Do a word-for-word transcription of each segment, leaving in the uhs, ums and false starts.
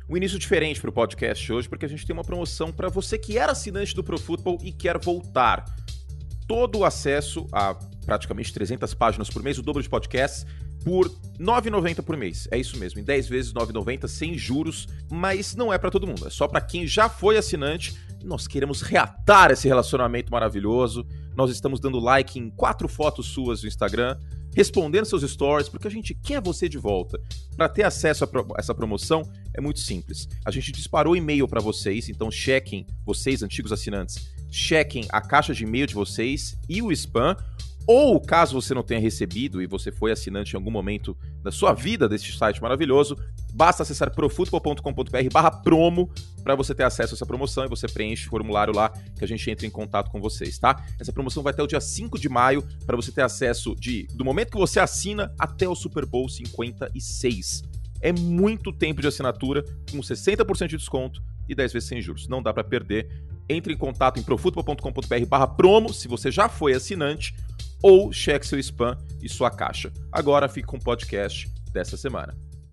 um início diferente para o podcast hoje, porque a gente tem uma promoção para você que era assinante do Pro Football e quer voltar. Todo o acesso a praticamente trezentas páginas por mês, o dobro de podcasts, por nove reais e noventa centavos por mês. É isso mesmo, em dez vezes nove reais e noventa centavos, sem juros, mas não é para todo mundo, é só para quem já foi assinante. Nós queremos reatar esse relacionamento maravilhoso. Nós estamos dando like em quatro fotos suas no Instagram, respondendo seus stories, porque a gente quer você de volta. Para ter acesso a pro- essa promoção, é muito simples. A gente disparou e-mail para vocês, então chequem, vocês, antigos assinantes, chequem a caixa de e-mail de vocês e o spam, ou caso você não tenha recebido e você foi assinante em algum momento da sua vida deste site maravilhoso, basta acessar profutbol.com.br barra promo para você ter acesso a essa promoção e você preenche o formulário lá que a gente entra em contato com vocês, tá? Essa promoção vai até o dia cinco de maio para você ter acesso de, do momento que você assina até o Super Bowl cinquenta e seis. É muito tempo de assinatura com sessenta por cento de desconto e dez vezes sem juros. Não dá para perder. Entre em contato em profutbol.com.br barra promo se você já foi assinante ou cheque seu spam e sua caixa. Agora fica com o podcast dessa semana.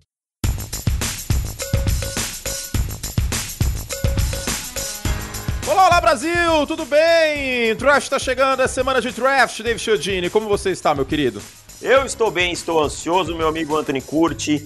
Olá, olá Brasil, tudo bem? Draft tá chegando, é semana de draft, David Chiodini. Como você está, meu querido? Eu estou bem, estou ansioso, meu amigo Anthony Curti,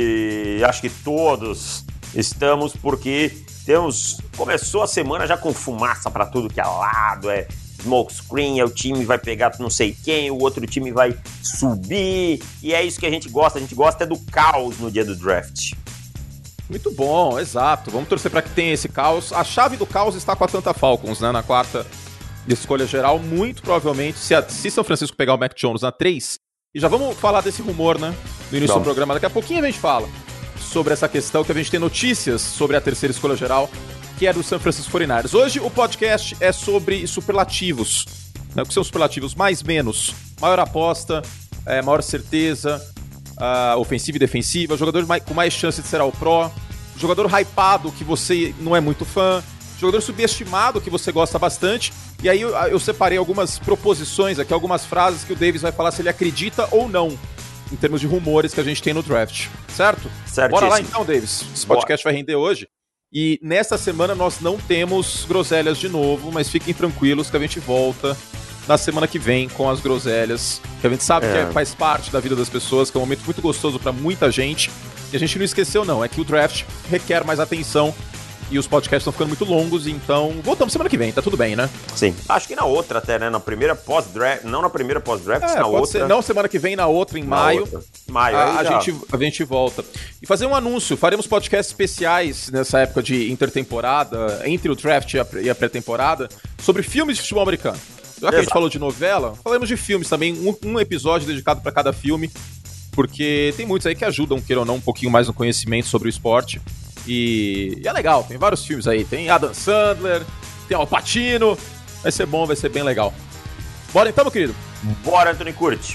e acho que todos estamos, porque temos, começou a semana já com fumaça para tudo que é lado, é smokescreen, é o time vai pegar não sei quem, o outro time vai subir, e é isso que a gente gosta, a gente gosta é do caos no dia do draft. Muito bom, exato, vamos torcer para que tenha esse caos. A chave do caos está com a Atlanta Falcons, né, na quarta escolha geral, muito provavelmente, se, a, se São Francisco pegar o Mac Jones na três, e já vamos falar desse rumor, né, no início Não. do programa, daqui a pouquinho a gente fala sobre essa questão, que a gente tem notícias sobre a terceira escolha geral, que é do San Francisco forty-niners. Hoje o podcast é sobre superlativos, né? O que são superlativos? Mais, menos, maior aposta, é, maior certeza, uh, ofensiva e defensiva, jogador mais, com mais chance de ser ao pro, jogador hypado que você não é muito fã, jogador subestimado que você gosta bastante. E aí eu, eu separei algumas proposições aqui, algumas frases que o Davis vai falar se ele acredita ou não em termos de rumores que a gente tem no draft, certo? Certíssimo. Bora lá então, Davis. Esse podcast Bora. vai render hoje. E nesta semana nós não temos groselhas de novo, mas fiquem tranquilos que a gente volta na semana que vem com as groselhas, que a gente sabe é. que faz parte da vida das pessoas, que é um momento muito gostoso para muita gente. E a gente não esqueceu não, é que o draft requer mais atenção e os podcasts estão ficando muito longos, então voltamos semana que vem, tá tudo bem, né? Sim, acho que na outra até, né? Na primeira pós-draft, não na primeira pós-draft, é, na outra. Ser, não semana que vem, na outra, em na maio. Outra. Maio, a, aí a, gente, a gente volta. E fazer um anúncio, faremos podcasts especiais nessa época de intertemporada, entre o draft e a, e a pré-temporada, sobre filmes de futebol americano. Já que Exato. a gente falou de novela, falamos de filmes também, um, um episódio dedicado para cada filme, porque tem muitos aí que ajudam, queira ou não, um pouquinho mais no conhecimento sobre o esporte. E, e é legal, tem vários filmes aí. Tem Adam Sandler, tem Al Pacino. Vai ser bom, vai ser bem legal. Bora então, meu querido? Bora, Anthony Curti.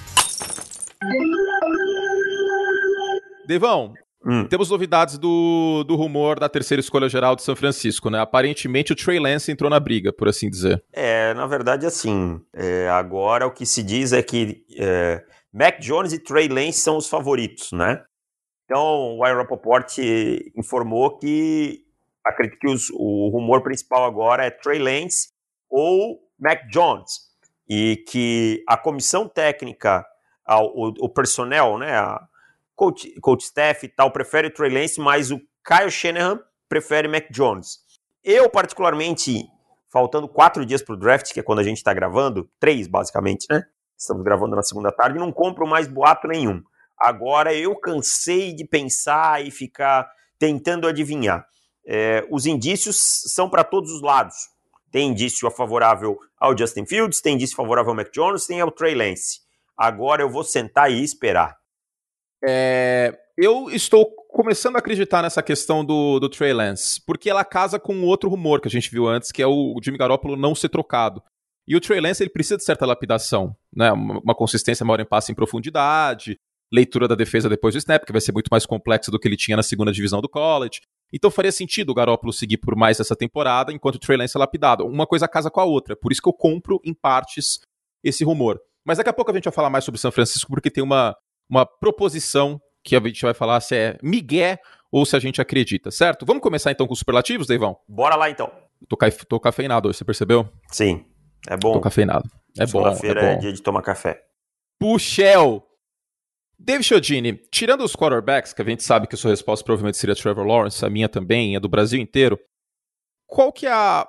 Devão, hum. temos novidades do, do rumor da terceira escolha geral de São Francisco, né? Aparentemente o Trey Lance entrou na briga, por assim dizer. É, na verdade, assim, é, agora o que se diz é que é, Mac Jones e Trey Lance são os favoritos, né? Então, o Ian Rapoport informou que acredito que os, o rumor principal agora é Trey Lance ou Mac Jones, e que a comissão técnica, a, o, o personnel, né, a coach, coach staff e tal, prefere Trey Lance, mas o Kyle Shanahan prefere Mac Jones. Eu, particularmente, faltando quatro dias para o draft, que é quando a gente está gravando, três basicamente, né? Estamos gravando na segunda tarde, não compro mais boato nenhum. Agora eu cansei de pensar e ficar tentando adivinhar. É, os indícios são para todos os lados. Tem indício favorável ao Justin Fields, tem indício favorável ao Mac Jones, tem ao Trey Lance. Agora eu vou sentar e esperar. É, eu estou começando a acreditar nessa questão do, do Trey Lance, porque ela casa com outro rumor que a gente viu antes, que é o Jimmy Garoppolo não ser trocado. E o Trey Lance ele precisa de certa lapidação, né? uma, uma consistência maior em passe em profundidade, leitura da defesa depois do snap, que vai ser muito mais complexa do que ele tinha na segunda divisão do college. Então faria sentido o Garoppolo seguir por mais essa temporada, enquanto o Trey Lance é lapidado. Uma coisa casa com a outra, por isso que eu compro em partes esse rumor. Mas daqui a pouco a gente vai falar mais sobre São Francisco, porque tem uma, uma proposição que a gente vai falar se é migué ou se a gente acredita, certo? Vamos começar então com os superlativos, Deivão? Bora lá então. Tô, ca... Tô cafeinado hoje, você percebeu? Sim, é bom. Tô cafeinado. É bom, é Segunda-feira bom. é dia de tomar café. Puxel! David Chiodini, tirando os quarterbacks, que a gente sabe que a sua resposta provavelmente seria Trevor Lawrence, a minha também, a do Brasil inteiro, qual que é a,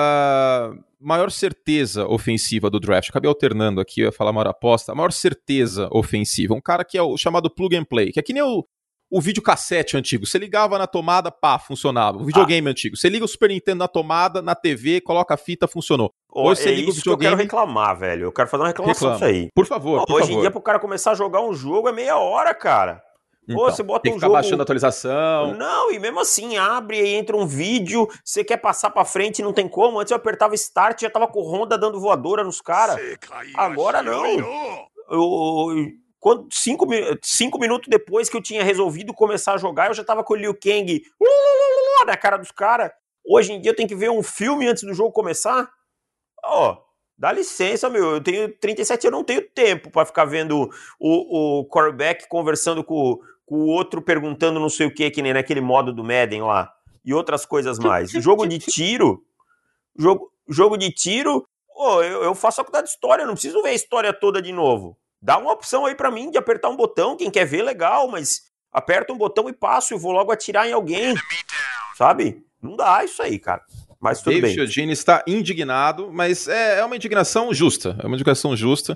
a maior certeza ofensiva do draft? Acabei alternando aqui, eu ia falar maior aposta. A maior certeza ofensiva, um cara que é o chamado plug and play, que é que nem o, o videocassete antigo. Você ligava na tomada, pá, funcionava. O videogame ah. antigo. Você liga o Super Nintendo na tomada, na T V, coloca a fita, funcionou. Hoje é você liga o videogame... que eu quero reclamar, velho. Eu quero fazer uma reclamação disso aí. Por favor, Pô, por hoje favor. em dia, pro cara começar a jogar um jogo é meia hora, cara. Então, Pô, você bota tem que um ficar jogo... baixando a atualização. Não, e mesmo assim, abre e entra um vídeo, você quer passar pra frente, não tem como. Antes eu apertava Start e já tava com Honda dando voadora nos caras. Agora não. Eu, eu, quando, cinco, cinco minutos depois que eu tinha resolvido começar a jogar, eu já tava com o Liu Kang uh, na cara dos caras. Hoje em dia eu tenho que ver um filme antes do jogo começar. Ó... Oh, dá licença, meu, eu tenho trinta e sete anos, eu não tenho tempo pra ficar vendo o, o quarterback conversando com, com o outro, perguntando não sei o que, que nem naquele modo do Madden lá, e outras coisas mais. Jogo de tiro, jogo, jogo de tiro, pô, eu, eu faço faculdade de história, eu não preciso ver a história toda de novo. Dá uma opção aí pra mim de apertar um botão, quem quer ver, legal, mas aperta um botão e passo, e vou logo atirar em alguém, sabe? Não dá isso aí, cara. Mas tudo David bem. Chiodini está indignado, mas é, é uma indignação justa. É uma indignação justa.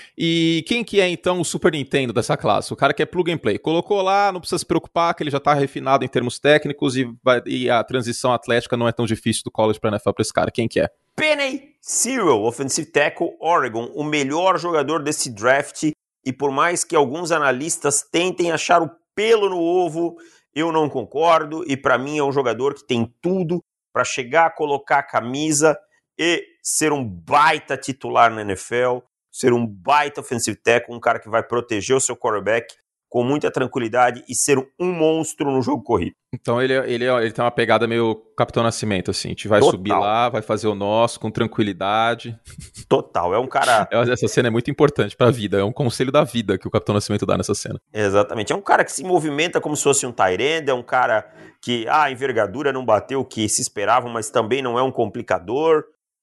E quem que é, então, o Super Nintendo dessa classe? O cara que é plug and play. Colocou lá, não precisa se preocupar, que ele já está refinado em termos técnicos e, vai, e a transição atlética não é tão difícil do college para a N F L para esse cara. Quem que é? Penny Sewell, offensive tackle, Oregon, o melhor jogador desse draft. E por mais que alguns analistas tentem achar o pelo no ovo, eu não concordo. E para mim é um jogador que tem tudo para chegar, colocar a camisa e ser um baita titular na N F L, ser um baita offensive tackle, um cara que vai proteger o seu quarterback com muita tranquilidade e ser um monstro no jogo corrido. Então ele, ele, ele tem uma pegada meio Capitão Nascimento, assim, a gente vai Total. subir lá, vai fazer o nosso com tranquilidade. Total, é um cara... Essa cena é muito importante pra vida, é um conselho da vida que o Capitão Nascimento dá nessa cena. Exatamente, é um cara que se movimenta como se fosse um tight end, é um cara que ah, a envergadura não bateu o que se esperava, mas também não é um complicador,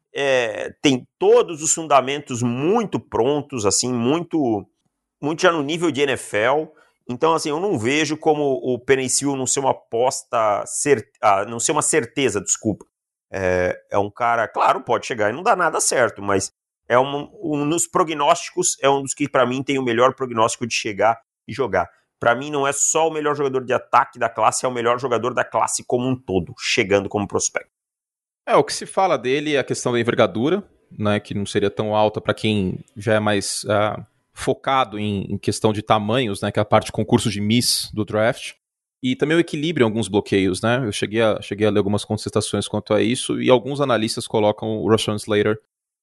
é, tem todos os fundamentos muito prontos, assim, muito, muito já no nível de N F L. Então, assim, eu não vejo como o Penei Sewell não ser uma aposta, cer- ah, não ser uma certeza, desculpa. É, é um cara, claro, pode chegar e não dá nada certo, mas é um, um nos prognósticos, é um dos que, para mim, tem o melhor prognóstico de chegar e jogar. Para mim, não é só o melhor jogador de ataque da classe, é o melhor jogador da classe como um todo, chegando como prospecto. É, o que se fala dele é a questão da envergadura, né, que não seria tão alta para quem já é mais... Uh... focado em, em questão de tamanhos, né, que é a parte de concurso de Miss do draft, e também o equilíbrio em alguns bloqueios, né, eu cheguei a, cheguei a ler algumas contestações quanto a isso, e alguns analistas colocam o Rashawn Slater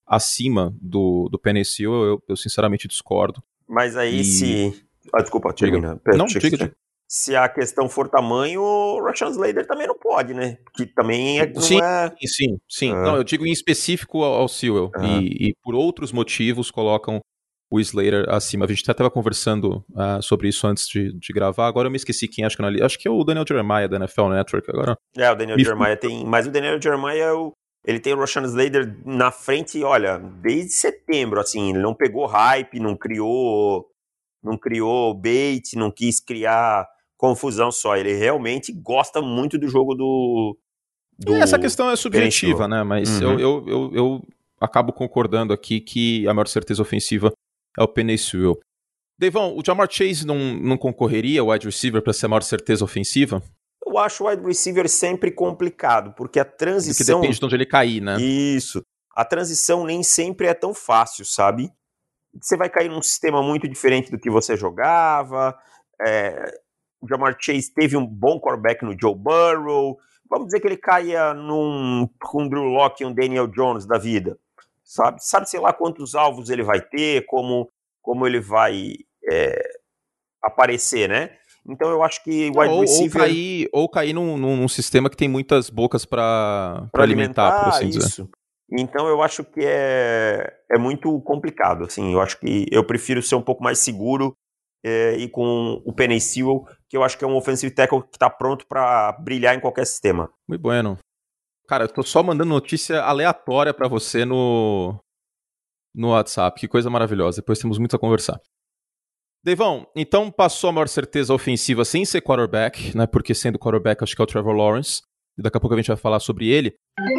acima do, do Penei Sewell, eu, eu sinceramente discordo. Mas aí e... se... Ah, desculpa, termina. Pera, não, diga, diga. Se a questão for tamanho, o Rashawn Slater também não pode, né, que também é, não sim, é... Sim, sim, sim. Ah. Não, eu digo em específico ao, ao Sewell, ah. e, e por outros motivos colocam o Slater acima. A gente até estava conversando uh, sobre isso antes de, de gravar. Agora eu me esqueci quem acho que não ali. Acho que é o Daniel Jeremiah da N F L Network. Agora. É, o Daniel me... Jeremiah tem. Mas o Daniel Jeremiah, ele tem o Rashawn Slater na frente, olha, desde setembro, assim. Ele não pegou hype, não criou. Não criou bait, não quis criar confusão só. Ele realmente gosta muito do jogo do. do essa questão é subjetiva, né? Mas uhum. eu, eu, eu, eu acabo concordando aqui que a maior certeza ofensiva é o Penei Sewell. Deivão, o Ja'Marr Chase não, não concorreria, o wide receiver, para ser a maior certeza ofensiva? Eu acho o wide receiver sempre complicado, porque a transição... Porque depende de onde ele cair, né? Isso. A transição nem sempre é tão fácil, sabe? Você vai cair num sistema muito diferente do que você jogava. É... O Ja'Marr Chase teve um bom quarterback no Joe Burrow. Vamos dizer que ele caia num com um Drew Lock e um Daniel Jones da vida. Sabe, sabe, sei lá quantos alvos ele vai ter, como, como ele vai é, aparecer, né? Então eu acho que o wide ou, receiver... Ou cair, ou cair num, num, num sistema que tem muitas bocas para alimentar, alimentar, por assim dizer. Isso. Então eu acho que é, é muito complicado, assim, eu acho que eu prefiro ser um pouco mais seguro é, e com o Penei Sewell, que eu acho que é um offensive tackle que está pronto para brilhar em qualquer sistema. Muito bueno. Cara, eu tô só mandando notícia aleatória para você no, no WhatsApp. Que coisa maravilhosa. Depois temos muito a conversar. Deivão, então passou a maior certeza ofensiva sem ser quarterback, né? Porque sendo quarterback acho que é o Trevor Lawrence. E daqui a pouco a gente vai falar sobre ele.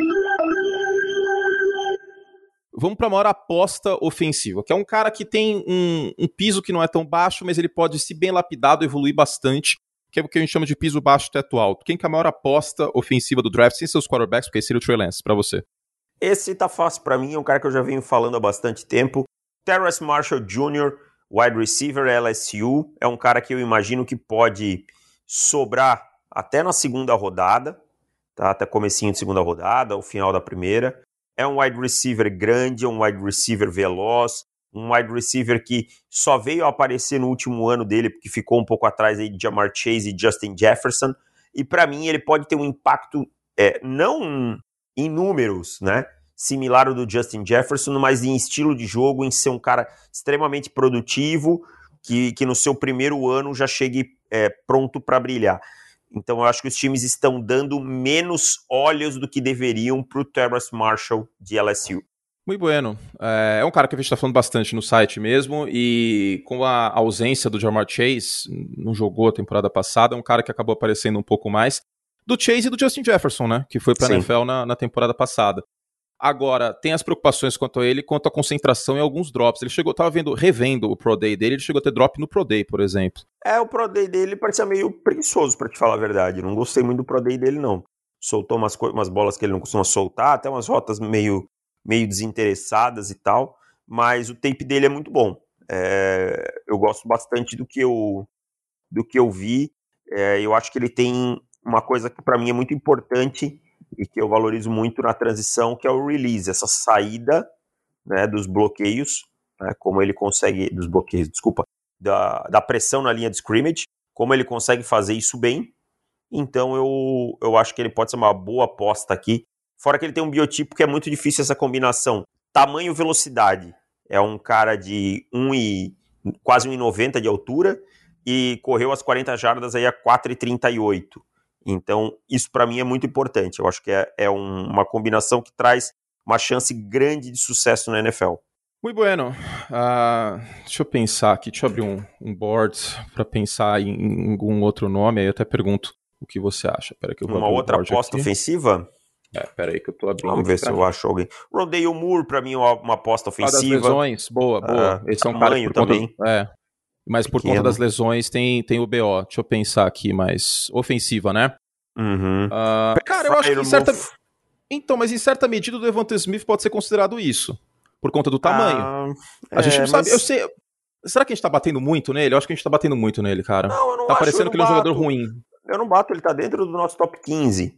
Vamos para a maior aposta ofensiva, que é um cara que tem um, um piso que não é tão baixo, mas ele pode, se bem lapidado, evoluir bastante, que é o que a gente chama de piso baixo, teto alto. Quem que é a maior aposta ofensiva do draft, sem seus quarterbacks, porque esse seria o Trey Lance, para você? Esse tá fácil para mim, é um cara que eu já venho falando há bastante tempo. Terrace Marshall Júnior, wide receiver, L S U, é um cara que eu imagino que pode sobrar até na segunda rodada, tá? Até comecinho de segunda rodada, o final da primeira. É um wide receiver grande, é um wide receiver veloz, um wide receiver que só veio a aparecer no último ano dele, porque ficou um pouco atrás aí de Ja'Marr Chase e Justin Jefferson, e para mim ele pode ter um impacto, é, não em números, né, similar ao do Justin Jefferson, mas em estilo de jogo, em ser um cara extremamente produtivo, que, que no seu primeiro ano já chegue é, pronto para brilhar. Então eu acho que os times estão dando menos olhos do que deveriam para o Terrace Marshall de L S U. Muito bueno. É um cara que a gente está falando bastante no site mesmo, e com a ausência do Ja'Marr Chase, não jogou a temporada passada, é um cara que acabou aparecendo um pouco mais, do Chase e do Justin Jefferson, né, que foi para a N F L na, na temporada passada. Agora, tem as preocupações quanto a ele, quanto à concentração em alguns drops. Ele chegou, tava vendo, revendo o Pro Day dele, ele chegou a ter drop no Pro Day, por exemplo. É, o Pro Day dele parecia meio preguiçoso, pra te falar a verdade. Não gostei muito do Pro Day dele, não. Soltou umas, umas bolas que ele não costuma soltar, até umas rotas meio, meio desinteressadas e tal, mas o tape dele é muito bom. É, eu gosto bastante do que eu, do que eu vi. É, eu acho que ele tem uma coisa que pra mim é muito importante e que eu valorizo muito na transição, que é o release, essa saída, né, dos bloqueios, né, como ele consegue, dos bloqueios, desculpa, da, da pressão na linha de scrimmage, como ele consegue fazer isso bem. Então eu, eu acho que ele pode ser uma boa aposta aqui, fora que ele tem um biotipo que é muito difícil essa combinação, tamanho-velocidade, é um cara de um e, quase um e noventa de altura e correu as quarenta jardas aí a quatro e trinta e oito. Então, isso para mim é muito importante. Eu acho que é, é um, uma combinação que traz uma chance grande de sucesso na N F L. Muito bueno. Uh, deixa eu pensar aqui, deixa eu abrir um, um board para pensar em, em algum outro nome, aí eu até pergunto o que você acha. Pera que eu vou uma outra um aposta aqui. Ofensiva? É, pera aí que eu tô abrindo. Vamos ver se mim. eu acho alguém. Rondale Moore, para mim, é uma aposta ofensiva. Ah, das lesões, boa, boa. Uh, Esse é um cara por também. Conta, é. Mas Pequeno. Por conta das lesões tem, tem o B O. Deixa eu pensar aqui, mas ofensiva, né? Uhum. Uh, cara, eu acho que em certa... Então, mas em certa medida o Devonta Smith pode ser considerado isso. Por conta do tamanho. Ah, a é, gente não sabe... Mas... Eu sei... Será que a gente tá batendo muito nele? Eu acho que a gente tá batendo muito nele, cara. Não, eu não tá acho, parecendo eu que ele é um jogador ruim. Eu não bato, ele tá dentro do nosso top quinze.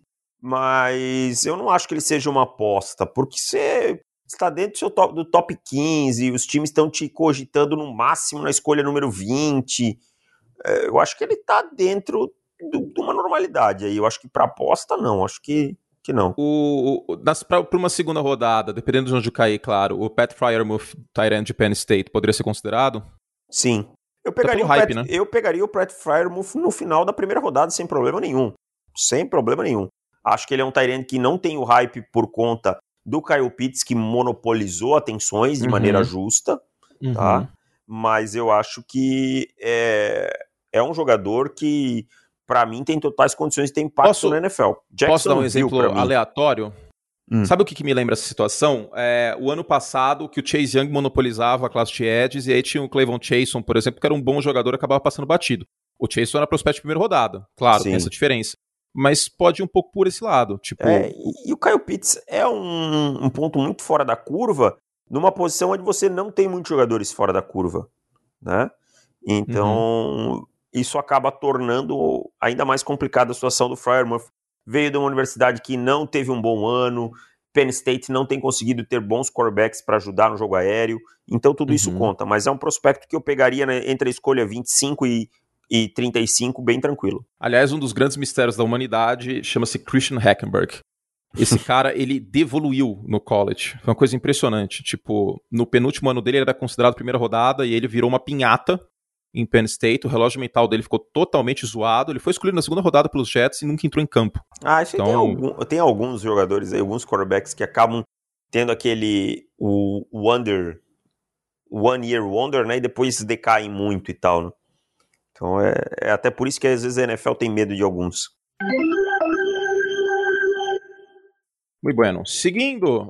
Mas eu não acho que ele seja uma aposta. Porque você... está dentro do, seu top, do top quinze, os times estão te cogitando no máximo na escolha número vinte. É, eu acho que ele está dentro de uma normalidade aí. Eu acho que para aposta, não. Acho que, que não. O, para uma segunda rodada, dependendo de onde cair, claro, o Pat Fryermuth, tight end de Penn State, poderia ser considerado? Sim. Eu pegaria, tá o, hype, Pat, né? eu pegaria o Pat Fryermuth no final da primeira rodada sem problema nenhum. Sem problema nenhum. Acho que ele é um tight end que não tem o hype por conta do Kyle Pitts, que monopolizou atenções de uhum. maneira justa, uhum. tá? Mas eu acho que é, é um jogador que, para mim, tem totais condições de ter impacto posso, na N F L. Posso dar um exemplo aleatório? Hum. Sabe o que, que me lembra essa situação? É, o ano passado, que o Chase Young monopolizava a classe de edges, e aí tinha o Clavon Chason, por exemplo, que era um bom jogador e acabava passando batido. O Chason era prospecto de primeira rodada, claro, Sim. tem essa diferença. Mas pode ir um pouco por esse lado. Tipo... É, e, e o Kyle Pitts é um, um ponto muito fora da curva, numa posição onde você não tem muitos jogadores fora da curva, né? Então, uhum. isso acaba tornando ainda mais complicada a situação do Fryermuth. Veio de uma universidade que não teve um bom ano, Penn State não tem conseguido ter bons quarterbacks para ajudar no jogo aéreo, então tudo uhum. isso conta. Mas é um prospecto que eu pegaria, né, entre a escolha vinte e cinco e e trinta e cinco, bem tranquilo. Aliás, um dos grandes mistérios da humanidade chama-se Christian Hackenberg. Esse cara, ele devoluiu no college. Foi uma coisa impressionante. Tipo, no penúltimo ano dele, ele era considerado primeira rodada e ele virou uma pinhata em Penn State, o relógio mental dele ficou totalmente zoado, ele foi escolhido na segunda rodada pelos Jets e nunca entrou em campo. Ah, isso então... tem, algum, tem alguns jogadores aí, alguns quarterbacks que acabam tendo aquele o wonder, one year wonder, né, e depois decaem muito e tal, né? Então é, é até por isso que às vezes a N F L tem medo de alguns. Muito bueno. Seguindo,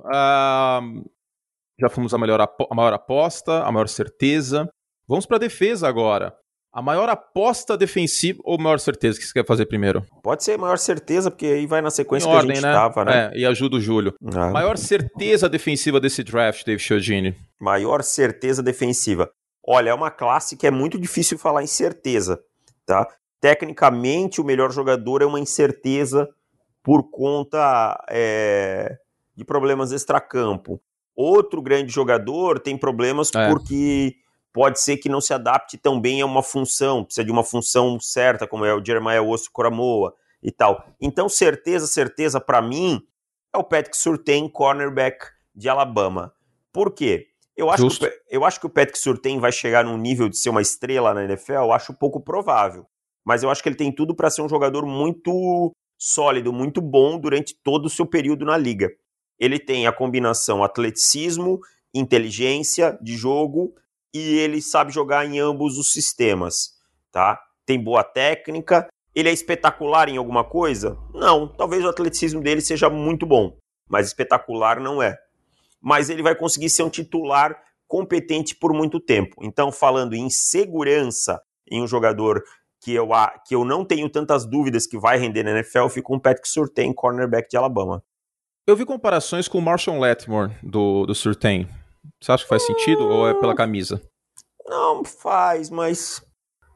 uh, já fomos a, melhor, a maior aposta, a maior certeza. Vamos para a defesa agora. A maior aposta defensiva ou maior certeza que você quer fazer primeiro? Pode ser maior certeza, porque aí vai na sequência em que ordem, a gente estava, né? É, e ajuda o Júlio. Ah. Maior certeza defensiva desse draft, Dave Chiodini? Maior certeza defensiva. Olha, é uma classe que é muito difícil falar em certeza, tá? Tecnicamente, o melhor jogador é uma incerteza por conta é, de problemas extracampo. Outro grande jogador tem problemas é. porque pode ser que não se adapte tão bem a uma função, precisa de uma função certa, como é o Jeremiah Owusu-Koramoah e tal. Então, certeza, certeza, para mim, é o Patrick Surtain, cornerback de Alabama. Por quê? Eu acho, que, eu acho que o Patrick Surtain vai chegar num nível de ser uma estrela na N F L, eu acho pouco provável. Mas eu acho que ele tem tudo para ser um jogador muito sólido, muito bom durante todo o seu período na liga. Ele tem a combinação atleticismo, inteligência de jogo e ele sabe jogar em ambos os sistemas, tá? Tem boa técnica. Ele é espetacular em alguma coisa? Não, talvez o atleticismo dele seja muito bom, mas espetacular não é. Mas ele vai conseguir ser um titular competente por muito tempo. Então, falando em segurança em um jogador que eu, que eu não tenho tantas dúvidas que vai render na N F L, fica com um Patrick Surtain, cornerback de Alabama. Eu vi comparações com o Marshon Lattimore do, do Surtain. Você acha que faz sentido hum... ou é pela camisa? Não, faz, mas...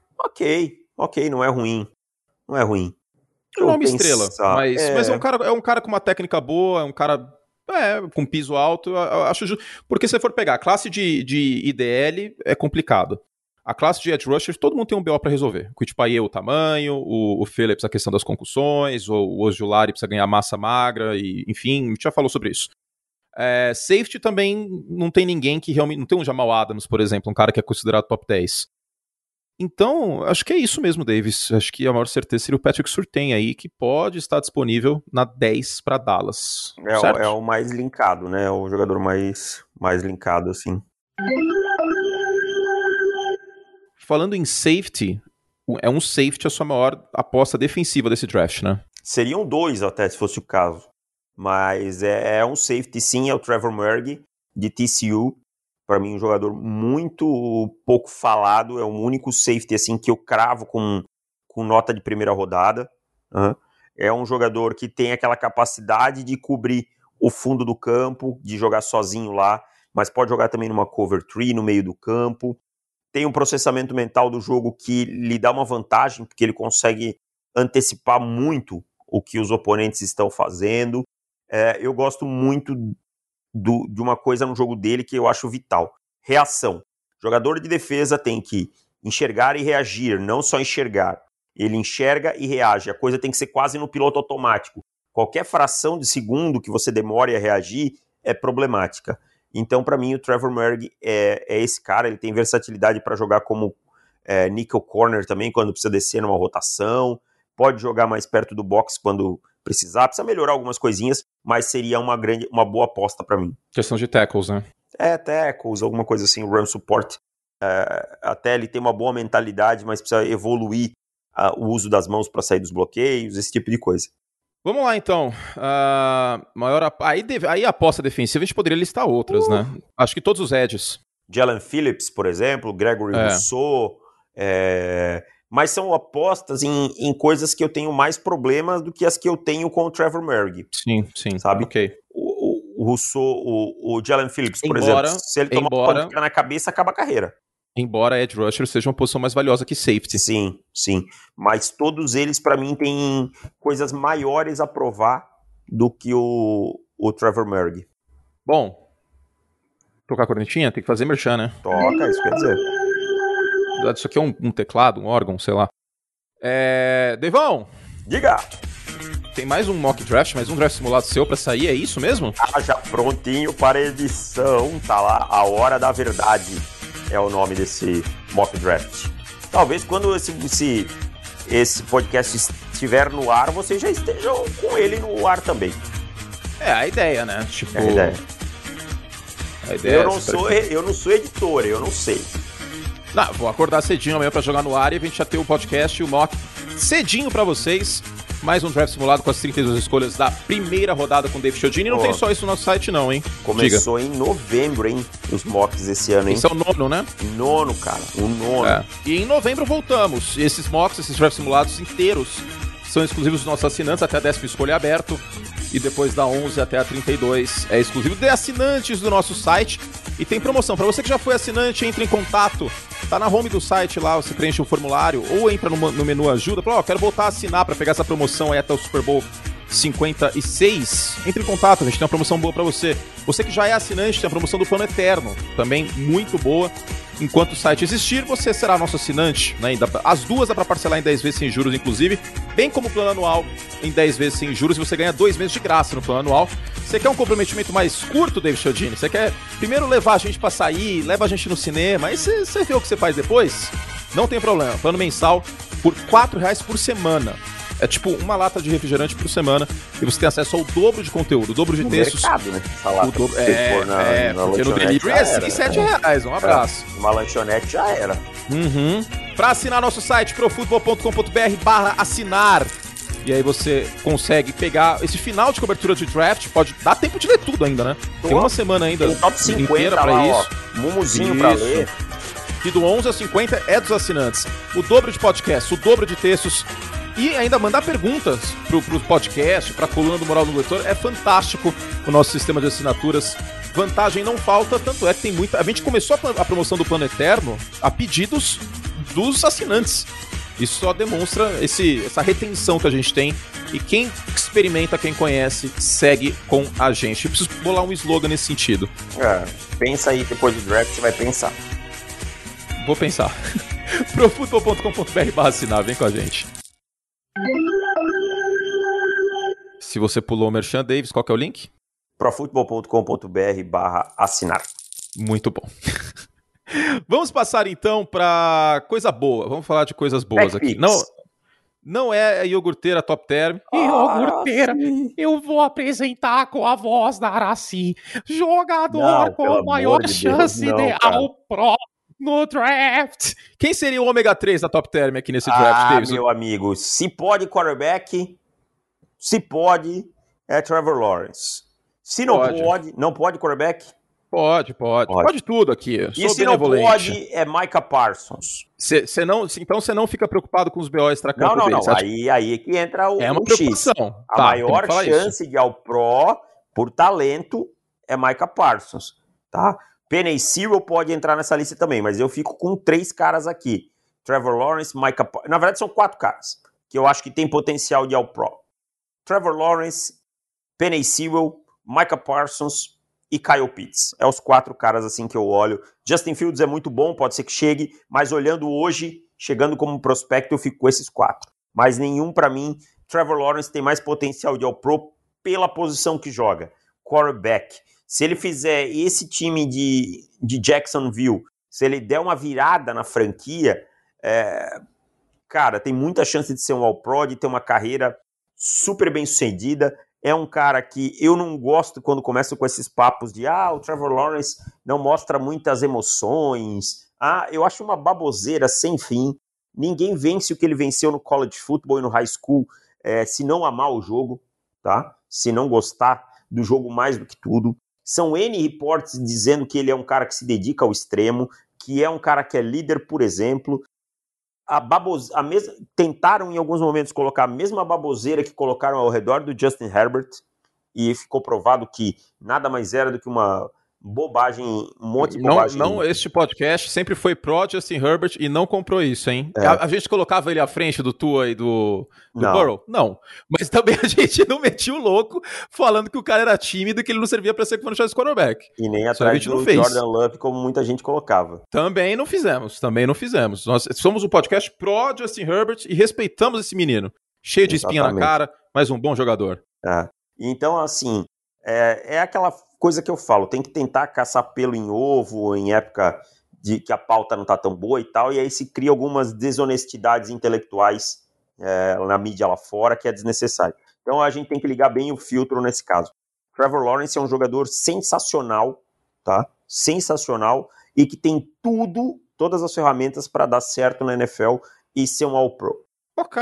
Ok, ok, não é ruim. Não é ruim. Não é uma estrela, mas é... mas é um cara, é um cara com uma técnica boa, é um cara... É, com piso alto, eu acho justo. Porque se você for pegar a classe de, de I D L, é complicado. A classe de edge rushers, todo mundo tem um B O pra resolver. O Quitpaye, o tamanho, o, o Phillips, a questão das concussões, o, o Ojulari precisa ganhar massa magra, e, enfim, a gente já falou sobre isso. É, safety também não tem ninguém que realmente... Não tem um Jamal Adams, por exemplo, um cara que é considerado top dez. Então, acho que é isso mesmo, Davis. Acho que a maior certeza seria o Patrick Surtain aí, que pode estar disponível na dez para Dallas. É o, é o mais linkado, né? O jogador mais, mais linkado, assim. Falando em safety, é um safety a sua maior aposta defensiva desse draft, né? Seriam dois até, se fosse o caso. Mas é, é um safety, sim, é o Trevor Murgy, de T C U. Para mim, um jogador muito pouco falado, é o único safety assim, que eu cravo com, com nota de primeira rodada. Uhum. É um jogador que tem aquela capacidade de cobrir o fundo do campo, de jogar sozinho lá, mas pode jogar também numa cover tree, no meio do campo. Tem um processamento mental do jogo que lhe dá uma vantagem, porque ele consegue antecipar muito o que os oponentes estão fazendo. É, eu gosto muito Do, de uma coisa no jogo dele que eu acho vital. Reação. O jogador de defesa tem que enxergar e reagir, não só enxergar. Ele enxerga e reage. A coisa tem que ser quase no piloto automático. Qualquer fração de segundo que você demore a reagir é problemática. Então, para mim, o Trevor Murgy é, é esse cara. Ele tem versatilidade para jogar como é, nickel corner também, quando precisa descer numa rotação. Pode jogar mais perto do box quando precisar, precisa melhorar algumas coisinhas, mas seria uma grande, uma boa aposta para mim. Questão de tackles, né? É, tackles, alguma coisa assim, run support. É, até ele tem uma boa mentalidade, mas precisa evoluir uh, o uso das mãos para sair dos bloqueios, esse tipo de coisa. Vamos lá, então. Uh, maior, aí, deve, aí a aposta defensiva a gente poderia listar outras, uh. né? Acho que todos os edges. Jalen Phillips, por exemplo, Gregory é. Rousseau, é... mas são apostas em, em coisas que eu tenho mais problemas do que as que eu tenho com o Trevor Murgy. Sim, sim, sabe? Ok. O, o, o Rousseau, o, o Jalen Phillips, por embora, exemplo, se ele tomar embora, uma pancada na cabeça, acaba a carreira. Embora edge rusher seja uma posição mais valiosa que safety. Sim, sim. Mas todos eles, para mim, têm coisas maiores a provar do que o, o Trevor Murgy. Bom, tocar a cornetinha? Tem que fazer merchan, né? Toca, isso quer dizer. Isso aqui é um, um teclado, um órgão, sei lá. É... Devão! Diga! Tem mais um mock draft, mais um draft simulado seu pra sair, é isso mesmo? Ah, já prontinho para edição, tá lá, A Hora da Verdade é o nome desse mock draft. talvez quando esse, esse, esse podcast estiver no ar, vocês já estejam com ele no ar também. É a ideia, né? Tipo... É a ideia. A ideia eu, é não sou, eu não sou editor, eu não sei. Não, vou acordar cedinho amanhã pra jogar no ar e a gente já tem o podcast e o mock cedinho pra vocês. Mais um draft simulado com as trinta e duas escolhas da primeira rodada com o Dave Chiodini. E não oh, tem só isso no nosso site não, hein? Começou Diga. Em novembro, hein? Os mocks esse ano, hein? Esse é o nono, né? Nono, cara. O nono. É. E em novembro voltamos. Esses mocks, esses draft simulados inteiros são exclusivos dos nossos assinantes, até a décima escolha aberto. E depois da onze até a trinta e dois é exclusivo de assinantes do nosso site. E tem promoção. Para você que já foi assinante, entre em contato. Tá na home do site lá, você preenche o formulário ou entra no, no menu ajuda. Fala, ó, oh, quero voltar a assinar para pegar essa promoção aí até o Super Bowl cinquenta e seis. Entre em contato, a gente tem uma promoção boa para você. Você que já é assinante, tem a promoção do Plano Eterno. Também muito boa. Enquanto o site existir, você será nosso assinante, né? As duas dá para parcelar em dez vezes sem juros, inclusive, bem como o plano anual em dez vezes sem juros, e você ganha dois meses de graça no plano anual. Você quer um comprometimento mais curto, Dave Chiodini? Você quer primeiro levar a gente para sair, leva a gente no cinema, aí você, você vê o que você faz depois? Não tem problema, plano mensal por quatro reais por semana. É tipo uma lata de refrigerante por semana e você tem acesso ao dobro de conteúdo, o dobro de no textos. Mercado, né? Essa lata o dobro, é, na, é na porque no delivery é cinco, sete reais. Um abraço. É, uma lanchonete já era. Uhum. Pra assinar nosso site, profutbol ponto com ponto b r barra assinar. E aí você consegue pegar esse final de cobertura de draft. Pode dar tempo de ler tudo ainda, né? Tem uma semana ainda tem top cinquenta inteira pra lá, isso. Ó, mumuzinho isso. Pra ler. E do onze ao cinquenta é dos assinantes. O dobro de podcasts, o dobro de textos. E ainda mandar perguntas pro, pro podcast, pra coluna do Moral do Leitor. É fantástico o nosso sistema de assinaturas. Vantagem não falta, tanto é que tem muita... A gente começou a, a promoção do Plano Eterno a pedidos dos assinantes. Isso só demonstra esse, essa retenção que a gente tem. E quem experimenta, quem conhece, segue com a gente. Eu preciso bolar um slogan nesse sentido. É, pensa aí, depois do draft você vai pensar. Vou pensar. profutbol ponto com ponto b r barra assinar, vem com a gente. Se você pulou o Merchan Davis, qual que é o link? profutbol ponto com ponto b r barra assinar. Muito bom. Vamos passar então para coisa boa. Vamos falar de coisas boas aqui. Não, não é a iogurteira Top Term. Ah, iogurteira, sim. Eu vou apresentar com a voz da Araci. Jogador não, com maior de chance Deus, não, de cara. ao pro no draft. Quem seria o ômega três da Top Term aqui nesse ah, draft, Davis? Meu amigo, se pode quarterback, se pode é Trevor Lawrence. Se não pode, pode não pode quarterback? Pode, pode. Pode, pode tudo aqui. Eu e se não pode, é Micah Parsons. Cê, cê não, então você não fica preocupado com os B O extra-campo Não, não, deles, não. Aí, aí que entra o É uma o preocupação. X. A tá, maior chance isso. de ao pro, por talento, é Micah Parsons. Tá? Penei Sewell pode entrar nessa lista também, mas eu fico com três caras aqui. Trevor Lawrence, Micah Parsons. Na verdade, são quatro caras que eu acho que tem potencial de ao pro. Trevor Lawrence, Penei Sewell, Micah Parsons e Kyle Pitts. É os quatro caras assim que eu olho. Justin Fields é muito bom, pode ser que chegue, mas olhando hoje, chegando como prospecto, eu fico com esses quatro. Mas nenhum para mim. Trevor Lawrence tem mais potencial de All-Pro pela posição que joga. Quarterback. Se ele fizer esse time de, de Jacksonville, se ele der uma virada na franquia, é, cara, tem muita chance de ser um All-Pro, de ter uma carreira super bem sucedida. É um cara que eu não gosto quando começam com esses papos de ah, o Trevor Lawrence não mostra muitas emoções. Ah, eu acho uma baboseira sem fim. Ninguém vence o que ele venceu no college football e no high school é, se não amar o jogo, tá? Se não gostar do jogo mais do que tudo. São N reports dizendo que ele é um cara que se dedica ao extremo, que é um cara que é líder, por exemplo. A babose... a mes... Tentaram em alguns momentos colocar a mesma baboseira que colocaram ao redor do Justin Herbert e ficou provado que nada mais era do que uma bobagem, um monte de bobagem. Não, não, este podcast sempre foi pró Justin Herbert e não comprou isso, hein? É. A, a gente colocava ele à frente do Tua e do, do não. Burrow? Não. Mas também a gente não metia o louco falando que o cara era tímido e que ele não servia para ser franchise quarterback. E nem atrás do Jordan Love, como muita gente colocava. Também não fizemos, também não fizemos. Nós somos um podcast pró Justin Herbert e respeitamos esse menino. Cheio de Exatamente. Espinha na cara, mas um bom jogador. É. Então, assim, é, é aquela coisa que eu falo, tem que tentar caçar pelo em ovo em época de que a pauta não tá tão boa e tal, e aí se cria algumas desonestidades intelectuais é, na mídia lá fora, que é desnecessário. Então a gente tem que ligar bem o filtro nesse caso. Trevor Lawrence é um jogador sensacional, tá? Sensacional, e que tem tudo, todas as ferramentas para dar certo na N F L e ser um All-Pro. Ok.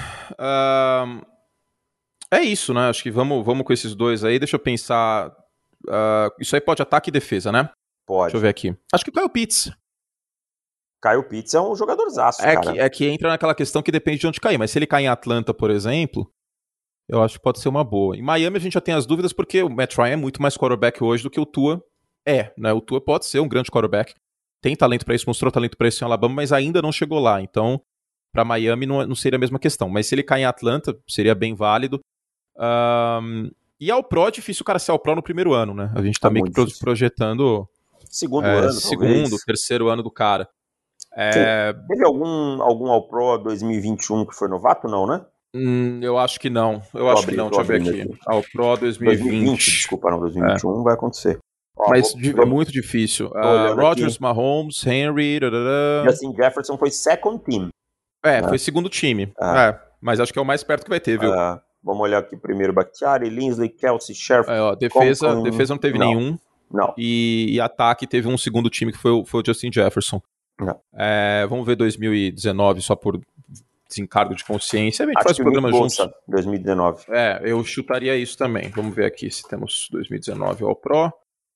Uh, é isso, né? Acho que vamos, vamos com esses dois aí. Deixa eu pensar. Uh, isso aí pode ataque e defesa, né? Pode. Deixa eu ver aqui. Acho que o Kyle Pitts. Kyle Pitts é um jogadorzaço, é cara. Que, é que entra naquela questão que depende de onde cair. Mas se ele cair em Atlanta, por exemplo, eu acho que pode ser uma boa. Em Miami a gente já tem as dúvidas porque o Matt Ryan é muito mais quarterback hoje do que o Tua é, né? O Tua pode ser um grande quarterback. Tem talento para isso, mostrou talento para isso em Alabama, mas ainda não chegou lá. Então, para Miami não, não seria a mesma questão. Mas se ele cair em Atlanta, seria bem válido. Um, e ao Pro, é difícil o cara ser ao Pro no primeiro ano, né? A gente tá, tá meio que pro, projetando... Segundo é, ano, Segundo, talvez. terceiro ano do cara. É... Teve algum, algum All Pro dois mil e vinte e um que foi novato, não, né? Hum, eu acho que não. Eu tô acho abri, que não. Deixa eu ver aqui. aqui. Ao Pro dois mil e vinte. dois mil e vinte, desculpa, não. dois mil e vinte e um é. vai acontecer. Ó, Mas vou, é muito difícil. Uh, Rodgers, Mahomes, Henry... Dadada. Justin Jefferson foi second team. É, né? Foi segundo time. Ah. É, mas acho que é o mais perto que vai ter, viu? Ah, vamos olhar aqui primeiro. Bakhtiari, Linsley, Kelsey, Sheriff. É, ó, defesa, Conklin, defesa não teve não, nenhum. Não. E, e ataque teve um segundo time que foi o, foi o Justin Jefferson. Não. É, vamos ver dois mil e dezenove só por desencargo de consciência. A gente Acho faz o programa juntos. dois mil e dezenove. É, eu chutaria isso também. Vamos ver aqui se temos dois mil e dezenove ao Pro.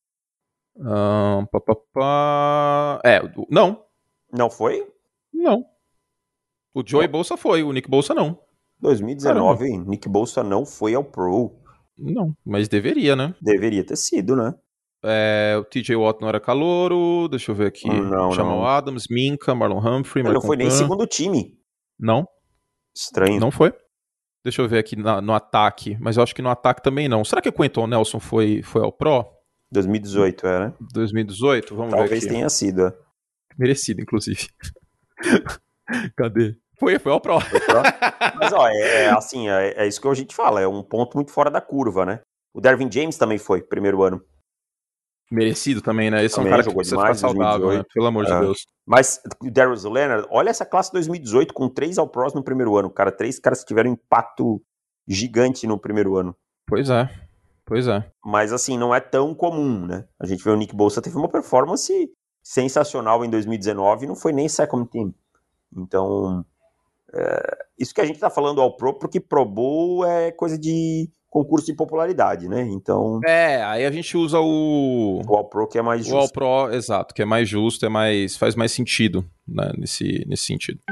Um, pá, pá, pá. É, não. Não foi? Não. O Joey não. Bolsa foi, o Nick Bolsa não. dois mil e dezenove, Caramba. Nick Bolsa não foi ao Pro. Não, mas deveria, né? Deveria ter sido, né? É, o T J Watt não era calouro, deixa eu ver aqui. Não, Jamal não. Adams, Minka, Marlon Humphrey. Ele não foi nem Pan. segundo time. Não. Estranho. Não foi. Deixa eu ver aqui na, no ataque, mas eu acho que no ataque também não. Será que o Quentin Nelson foi, foi ao Pro? dois mil e dezoito, era, né? dois mil e dezoito? Vamos Talvez ver aqui. Talvez tenha sido, é. Merecido, inclusive. Cadê? Foi, foi ao Pro. Foi pro? Mas, ó, é, é assim, é, é isso que a gente fala, é um ponto muito fora da curva, né? O Dervin James também foi, primeiro ano. Merecido também, né? Esse também é um cara que precisa ficar saudável, né? Pelo amor é. de Deus. Mas o Darius Leonard, olha essa classe dois mil e dezoito com três All-Pros no primeiro ano, cara. Três caras que tiveram impacto gigante no primeiro ano. Pois é, pois é. Mas assim, não é tão comum, né? A gente vê o Nick Bosa teve uma performance sensacional em dois mil e dezenove e não foi nem second team. Então, é, isso que a gente tá falando ao Pro, porque Pro Bowl é coisa de concurso de popularidade, né? Então... É, aí a gente usa o... O All-Pro que é mais justo. O All-Pro, exato, que é mais justo, é mais, faz mais sentido, né, nesse, nesse sentido.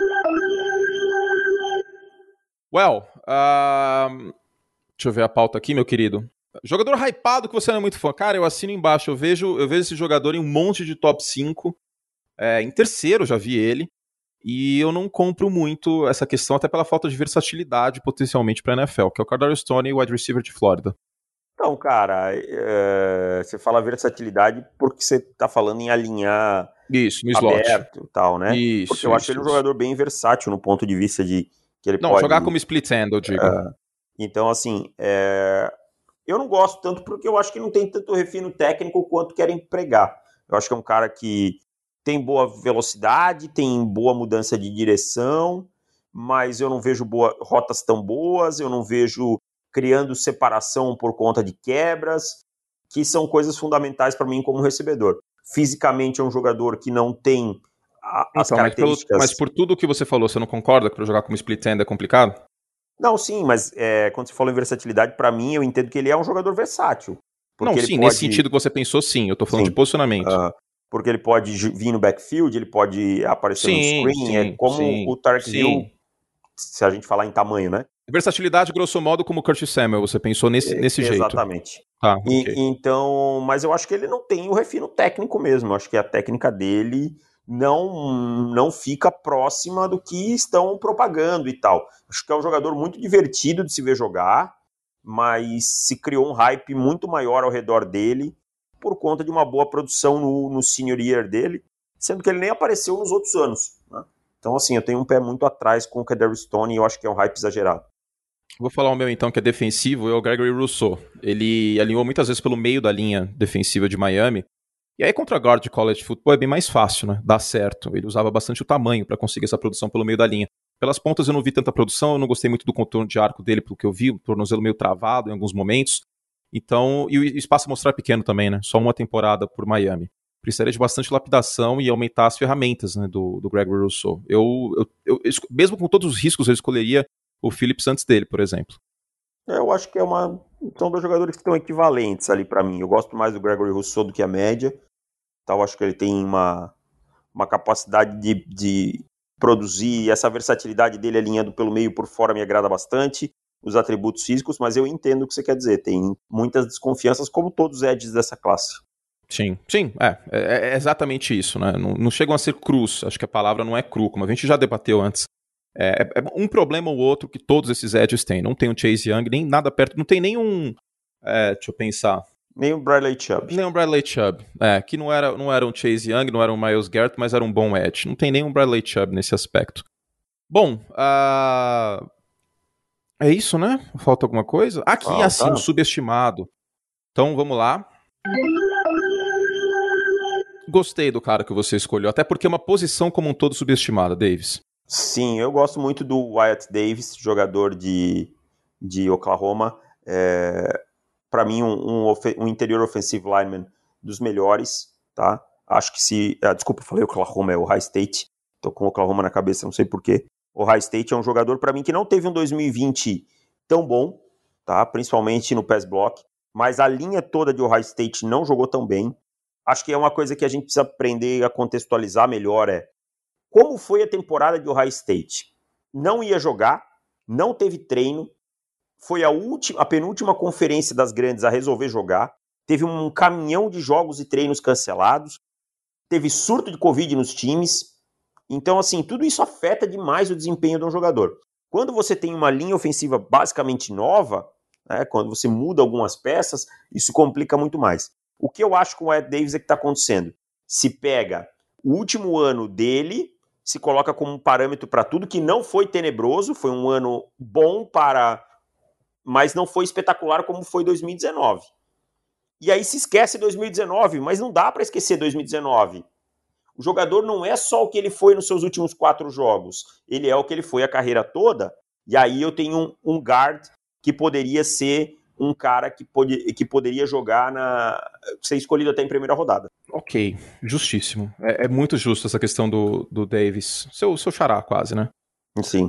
Well, uh, deixa eu ver a pauta aqui, meu querido. Jogador hypado que você não é muito fã. Cara, eu assino embaixo, eu vejo, eu vejo esse jogador em um monte de top cinco. É, em terceiro eu já vi ele. E eu não compro muito essa questão, até pela falta de versatilidade potencialmente para a N F L, que é o Kadarius Toney, wide receiver de Flórida. Então, cara, é, você fala versatilidade porque você tá falando em alinhar isso, no aberto slot. E tal, né? Isso, porque eu isso, acho ele isso. um jogador bem versátil no ponto de vista de que ele não, pode... Não, jogar como split end, eu digo. É, então, assim, é, eu não gosto tanto porque eu acho que não tem tanto refino técnico quanto querem pregar. Eu acho que é um cara que tem boa velocidade, tem boa mudança de direção, mas eu não vejo boa, rotas tão boas, eu não vejo criando separação por conta de quebras, que são coisas fundamentais para mim como recebedor. Fisicamente é um jogador que não tem a, as então, características... Mas, pelo, mas por tudo que você falou, você não concorda que para jogar como split end é complicado? Não, sim, mas é, quando você falou em versatilidade, para mim eu entendo que ele é um jogador versátil. Não, sim, pode... nesse sentido que você pensou, sim, eu tô falando sim. de posicionamento. Uh, porque ele pode vir no backfield, ele pode aparecer sim, no screen, sim, é como sim, o Tarek Hill, se a gente falar em tamanho, né? Versatilidade, grosso modo, como o Curtis Samuel, você pensou nesse, nesse é, jeito. Exatamente. Ah, e, okay. Então, mas eu acho que ele não tem o refino técnico mesmo, eu acho que a técnica dele não, não fica próxima do que estão propagando e tal. Acho que é um jogador muito divertido de se ver jogar, mas se criou um hype muito maior ao redor dele por conta de uma boa produção no, no senior year dele, sendo que ele nem apareceu nos outros anos, né? Então, assim, eu tenho um pé muito atrás com o Kadarius Toney e eu acho que é um hype exagerado. Vou falar o meu, então, que é defensivo, é o Gregory Rousseau. Ele alinhou muitas vezes pelo meio da linha defensiva de Miami, E aí contra guard de college football é bem mais fácil, né? Dá certo. Ele usava bastante o tamanho para conseguir essa produção pelo meio da linha. Pelas pontas eu não vi tanta produção, eu não gostei muito do contorno de arco dele, pelo que eu vi, o tornozelo meio travado em alguns momentos. Então, e o espaço a mostrar é pequeno também, né? Só uma temporada por Miami. Precisaria de bastante lapidação e aumentar as ferramentas, né, do, do Gregory Rousseau. Eu, eu, eu, eu, mesmo com todos os riscos, eu escolheria o Phillips antes dele, por exemplo. Eu acho que é uma... são dois jogadores que estão equivalentes ali para mim. Eu gosto mais do Gregory Rousseau do que a média. Então, eu acho que ele tem uma, uma capacidade de, de produzir, essa versatilidade dele alinhando pelo meio e por fora me agrada bastante, os atributos físicos, mas eu entendo o que você quer dizer. Tem muitas desconfianças, como todos os edges dessa classe. Sim, sim, é, é, é exatamente isso, né? Não, não chegam a ser crus, acho que a palavra não é cru, como a gente já debateu antes. É, é um problema ou outro que todos esses edges têm. Não tem o Chase Young, nem nada perto, não tem nenhum. É, deixa eu pensar. Nem o Bradley Chubb. Nem o Bradley Chubb, é, que não era, não era um Chase Young, não era um Myles Garrett, mas era um bom edge. Não tem nenhum Bradley Chubb nesse aspecto. Bom, uh... é isso, né? Falta alguma coisa? Aqui, ah, assim, tá. Subestimado. Então, vamos lá. Gostei do cara que você escolheu, até porque é uma posição como um todo subestimada, Davis. Sim, eu gosto muito do Wyatt Davis, jogador de, de Oklahoma. É, para mim, um, um, um interior offensive lineman dos melhores, tá? Acho que se... Ah, desculpa, falei Oklahoma, é Ohio State. Tô com Oklahoma na cabeça, não sei porquê. Ohio State é um jogador, para mim, que não teve um dois mil e vinte tão bom, tá? Principalmente no pass block, mas a linha toda de Ohio State não jogou tão bem. Acho que é uma coisa que a gente precisa aprender a contextualizar melhor, é como foi a temporada de Ohio State? Não ia jogar, não teve treino, foi a, última, a penúltima conferência das grandes a resolver jogar, teve um caminhão de jogos e treinos cancelados, teve surto de Covid nos times, então assim, tudo isso afeta demais o desempenho de um jogador. Quando você tem uma linha ofensiva basicamente nova, né, quando você muda algumas peças, isso complica muito mais. O que eu acho com o Ed Davis é que está acontecendo? Se pega o último ano dele, se coloca como um parâmetro para tudo, que não foi tenebroso, foi um ano bom para... mas não foi espetacular como foi dois mil e dezenove. E aí se esquece dois mil e dezenove, mas não dá para esquecer dois mil e dezenove. O jogador não é só o que ele foi nos seus últimos quatro jogos, ele é o que ele foi a carreira toda, e aí eu tenho um, um guard que poderia ser um cara que, pode, que poderia jogar na... ser escolhido até em primeira rodada. Ok, justíssimo. É, é muito justo essa questão do, do Davis. Seu, seu xará, quase, né? Sim.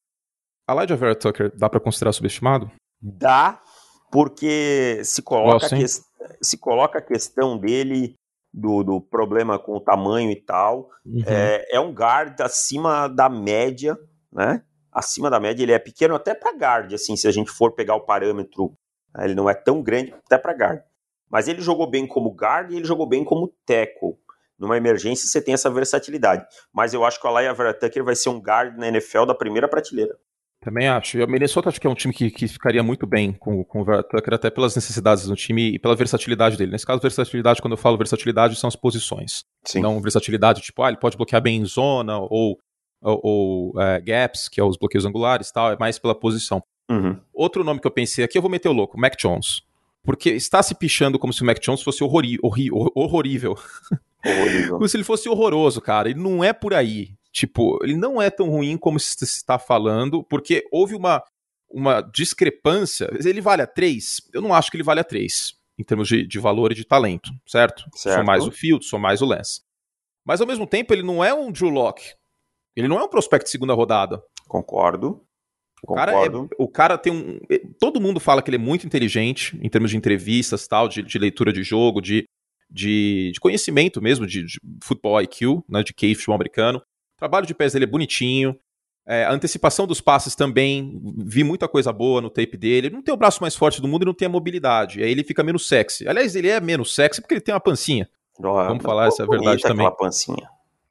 Elijah Vera Tucker, dá pra considerar subestimado? Dá, porque se coloca, Nossa, a, que... se coloca a questão dele, do, do problema com o tamanho e tal. Uhum. É, é um guard acima da média, né? Acima da média, ele é pequeno até pra guard, assim, se a gente for pegar o parâmetro. Ele não é tão grande até para guard. Mas ele jogou bem como guard e ele jogou bem como tackle. Numa emergência você tem essa versatilidade. Mas eu acho que o Elijah Vera Tucker vai ser um guard na N F L da primeira prateleira. Também acho. E o Minnesota acho que é um time que, que ficaria muito bem com, com o Vera Tucker, até pelas necessidades do time e pela versatilidade dele. Nesse caso, versatilidade, quando eu falo versatilidade, são as posições. Sim. Não versatilidade, tipo, ah, ele pode bloquear bem em zona ou, ou, ou uh, gaps, que é os bloqueios angulares e tal, é mais pela posição. Uhum. Outro nome que eu pensei aqui, eu vou meter o louco, Mac Jones. Porque está se pichando como se o Mac Jones fosse horrori- horri- horrorível. Horrorível. Como se ele fosse horroroso, cara. Ele não é por aí. Tipo, ele não é tão ruim como se está falando, porque houve uma, uma discrepância. Ele vale a três? Eu não acho que ele vale a três, em termos de, de valor e de talento, certo? certo? Sou mais o Fields, sou mais o Lance. Mas, ao mesmo tempo, ele não é um Drew Lock. Ele não é um prospect de segunda rodada. Concordo. O cara, é, o cara tem um... Todo mundo fala que ele é muito inteligente em termos de entrevistas, tal, de, de leitura de jogo, de, de, de conhecimento mesmo, de, de futebol I Q, né, de K, futebol americano. O trabalho de pés dele é bonitinho. É, a antecipação dos passes também, vi muita coisa boa no tape dele. Ele não tem o braço mais forte do mundo e não tem a mobilidade. Aí ele fica menos sexy. Aliás, ele é menos sexy porque ele tem uma pancinha. Oh, Vamos falar essa verdade também. Pancinha.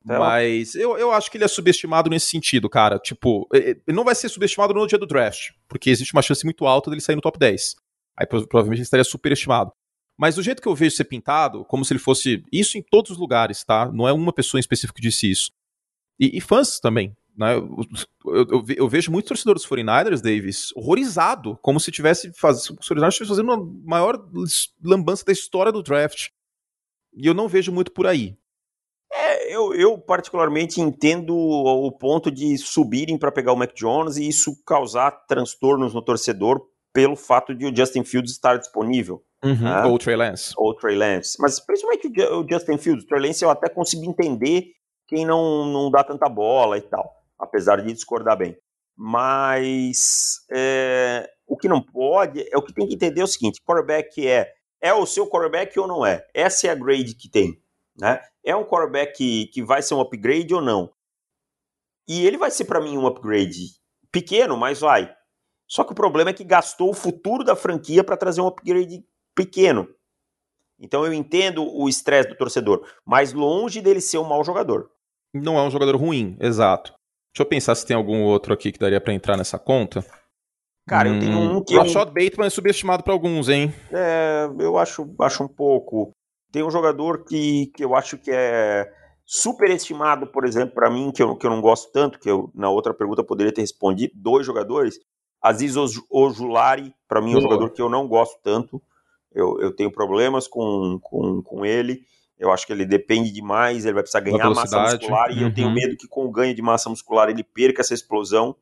Mas eu, eu acho que ele é subestimado nesse sentido, cara. Tipo, ele não vai ser subestimado no dia do draft, porque existe uma chance muito alta dele sair no top dez. Aí provavelmente ele estaria superestimado. Mas do jeito que eu vejo ser pintado, como se ele fosse... Isso em todos os lugares, tá? Não é uma pessoa em específico que disse isso. E, e fãs também, né? Eu, eu, eu, eu vejo muitos torcedores dos forty-niners, Davis, horrorizado, como se tivesse faz, os forty-niners estivessem fazendo a maior lambança da história do draft. e eu não vejo muito por aí. É, eu, eu particularmente entendo o ponto de subirem para pegar o Mac Jones e isso causar transtornos no torcedor pelo fato de o Justin Fields estar disponível. Uhum. Né? Ou o Trey Lance. Ou o Trey Lance. Mas principalmente o Justin Fields. O Trey Lance eu até consigo entender quem não, não dá tanta bola e tal, apesar de discordar bem. Mas é, o que não pode, é o que tem que entender é o seguinte, quarterback é, é o seu quarterback ou não é? Essa é a grade que tem. Né? É um quarterback que, que vai ser um upgrade ou não? E ele vai ser para mim um upgrade pequeno, mas vai. Só que o problema é que gastou o futuro da franquia para trazer um upgrade pequeno. Então eu entendo o estresse do torcedor, mas longe dele ser um mau jogador. Não é um jogador ruim, exato. Deixa eu pensar se tem algum outro aqui que daria pra entrar nessa conta. Cara, hum, eu tenho um que... O Rashad eu... Bateman é subestimado pra alguns, hein? É, eu acho, acho um pouco. Tem um jogador que, que eu acho que é superestimado, por exemplo, pra mim, que eu, que eu não gosto tanto, que eu na outra pergunta poderia ter respondido, dois jogadores. Aziz Ojulari, pra mim, é um Boa. jogador que eu não gosto tanto. Eu, eu tenho problemas com, com, com ele. Eu acho que ele depende demais, ele vai precisar ganhar massa muscular, uhum. e eu tenho medo que com o ganho de massa muscular ele perca essa explosão.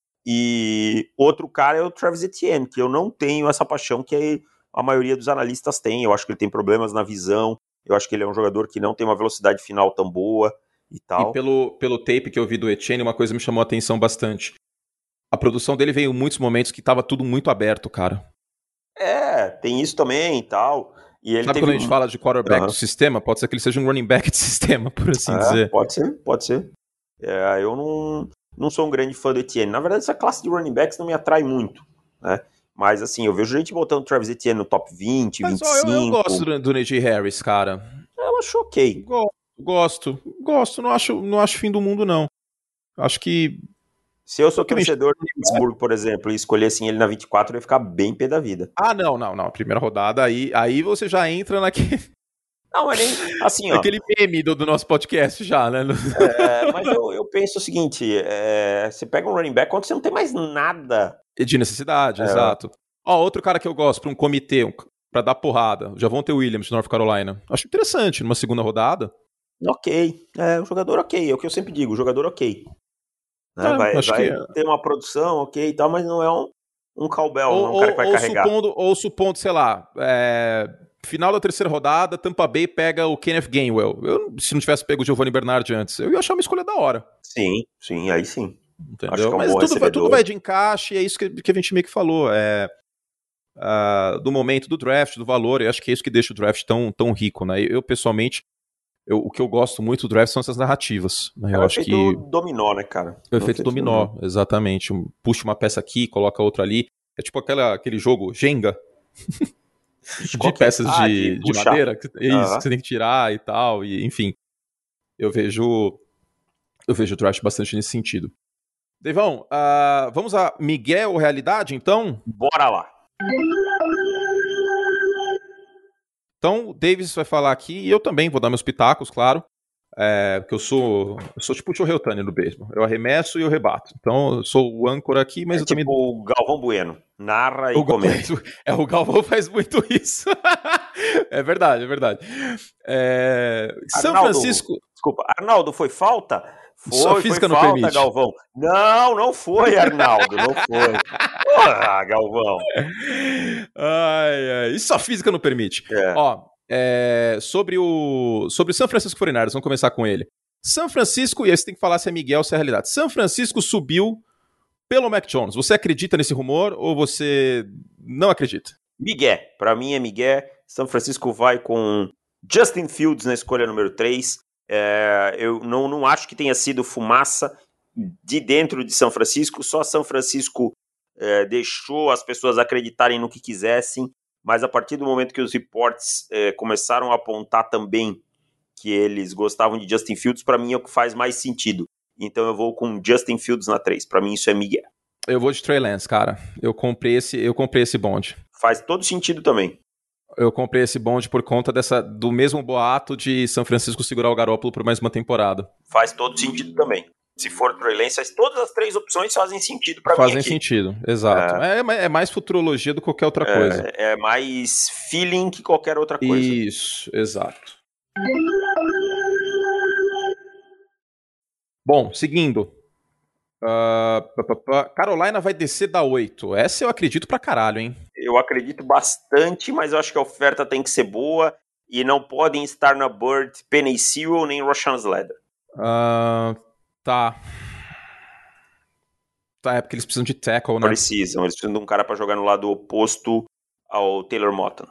E outro cara é o Travis Etienne, que eu não tenho essa paixão que a maioria dos analistas tem. Eu acho que ele tem problemas na visão, eu acho que ele é um jogador que não tem uma velocidade final tão boa e tal. E pelo, pelo tape que eu vi do Etienne, uma coisa me chamou a atenção bastante. A produção dele veio em muitos momentos que tava tudo muito aberto, cara. É, tem isso também e tal. E ele Sabe teve... quando a gente fala de quarterback uhum. do sistema? Pode ser que ele seja um running back de sistema, por assim é, dizer. Pode ser, pode ser. É, eu não, não sou um grande fã do Etienne. Na verdade, essa classe de running backs não me atrai muito, né? Mas assim, eu vejo gente botando o Travis Etienne no top vinte, Mas, vinte e ó, cinco. eu, eu gosto do, do Najee Harris, cara. Eu acho ok. Gosto, gosto. Gosto, não acho, não acho fim do mundo, não. Acho que... Se eu sou torcedor de Pittsburgh, por exemplo, e escolhessem ele na vinte e quatro, eu ia ficar bem pé da vida. Ah, não, não, não. Primeira rodada, aí, aí você já entra naquele... Não, é nem... Assim, ó... Aquele meme do, do nosso podcast já, né? É, mas eu, eu penso o seguinte, é, você pega um running back quando você não tem mais nada. De necessidade, É. exato. Ó, outro cara que eu gosto, pra um comitê, um, pra dar porrada, Javonte Williams, de North Carolina. Acho interessante, numa segunda rodada. Ok, é um jogador ok, é o que eu sempre digo, jogador ok. Né? É, vai acho vai que... ter uma produção ok e tal, mas não é um, um cowbell, ou, não é um cara que vai ou carregar. Supondo, ou supondo, sei lá, é... final da terceira rodada, Tampa Bay pega o Kenneth Gainwell. Eu, se não tivesse pego o Giovanni Bernard antes, eu ia achar uma escolha da hora. Sim, sim, aí sim. Entendeu? Acho que é um Mas bom tudo vai, tudo recebedor. vai de encaixe, e é isso que, que a gente meio que falou. É, uh, do momento do draft, do valor, eu acho que é isso que deixa o draft tão, tão rico, né? Eu, pessoalmente, eu, o que eu gosto muito do draft são essas narrativas. Né? É Eu o acho efeito que... dominó, né, cara? O efeito dominó, exatamente. Um, puxa uma peça aqui, coloca outra ali. É tipo aquela, aquele jogo Jenga, de Qualquer... peças ah, de, de, de madeira. É isso, Uhum. que você tem que tirar e tal. E, enfim, eu vejo eu vejo o draft bastante nesse sentido. Deivão, uh, vamos a Miguel ou realidade, então? Bora lá. Então, o Davis vai falar aqui, e eu também vou dar meus pitacos, claro. É, porque eu sou, eu sou tipo o Shohei Ohtani no beisebol. Eu arremesso e eu rebato. Então, eu sou o âncora aqui, mas é eu tipo também... o Galvão Bueno. Narra e O Gal- comenta. É, o Galvão faz muito isso. É verdade, é verdade. É... São Arnaldo, Francisco... Desculpa, Arnaldo, foi falta? Foi, Só foi física não falta, permite. Galvão. Não, não foi, Arnaldo, não foi. Porra, Galvão. Ai, ai. Isso só física não permite. É. Ó, é... sobre o sobre o San Francisco forty-niners, vamos começar com ele. São Francisco, e aí você tem que falar se é Miguel ou se é realidade. São Francisco subiu pelo Mac Jones. Você acredita nesse rumor ou você não acredita? Miguel, pra mim é Miguel. São Francisco vai com Justin Fields na escolha número três. É, eu não, não acho que tenha sido fumaça de dentro de São Francisco, só São Francisco é, deixou as pessoas acreditarem no que quisessem, mas a partir do momento que os reports é, começaram a apontar também que eles gostavam de Justin Fields, para mim é o que faz mais sentido. Então eu vou com Justin Fields na três, para mim isso é Miguel. Eu vou de Trey Lance, cara. Eu comprei esse, eu comprei esse bonde. Faz todo sentido também. Eu comprei esse bonde por conta dessa, do mesmo boato de São Francisco segurar o Garoppolo por mais uma temporada. Faz todo sentido também. Se for Trey Lance, todas as três opções fazem sentido pra Fazem mim aqui. sentido, exato. É. É, é mais futurologia do que qualquer outra coisa. É, é mais feeling que qualquer outra coisa. Isso, exato. Bom, seguindo. Uh, Carolina vai descer da oito. Essa eu acredito pra caralho, hein? Eu acredito bastante, mas eu acho que a oferta tem que ser boa e não podem estar na Bird Penei Sewell nem Rashawn Slater. Uh, tá. Tá, é porque eles precisam de tackle, né? Precisam, eles precisam de um cara pra jogar no lado oposto ao Taylor Moton.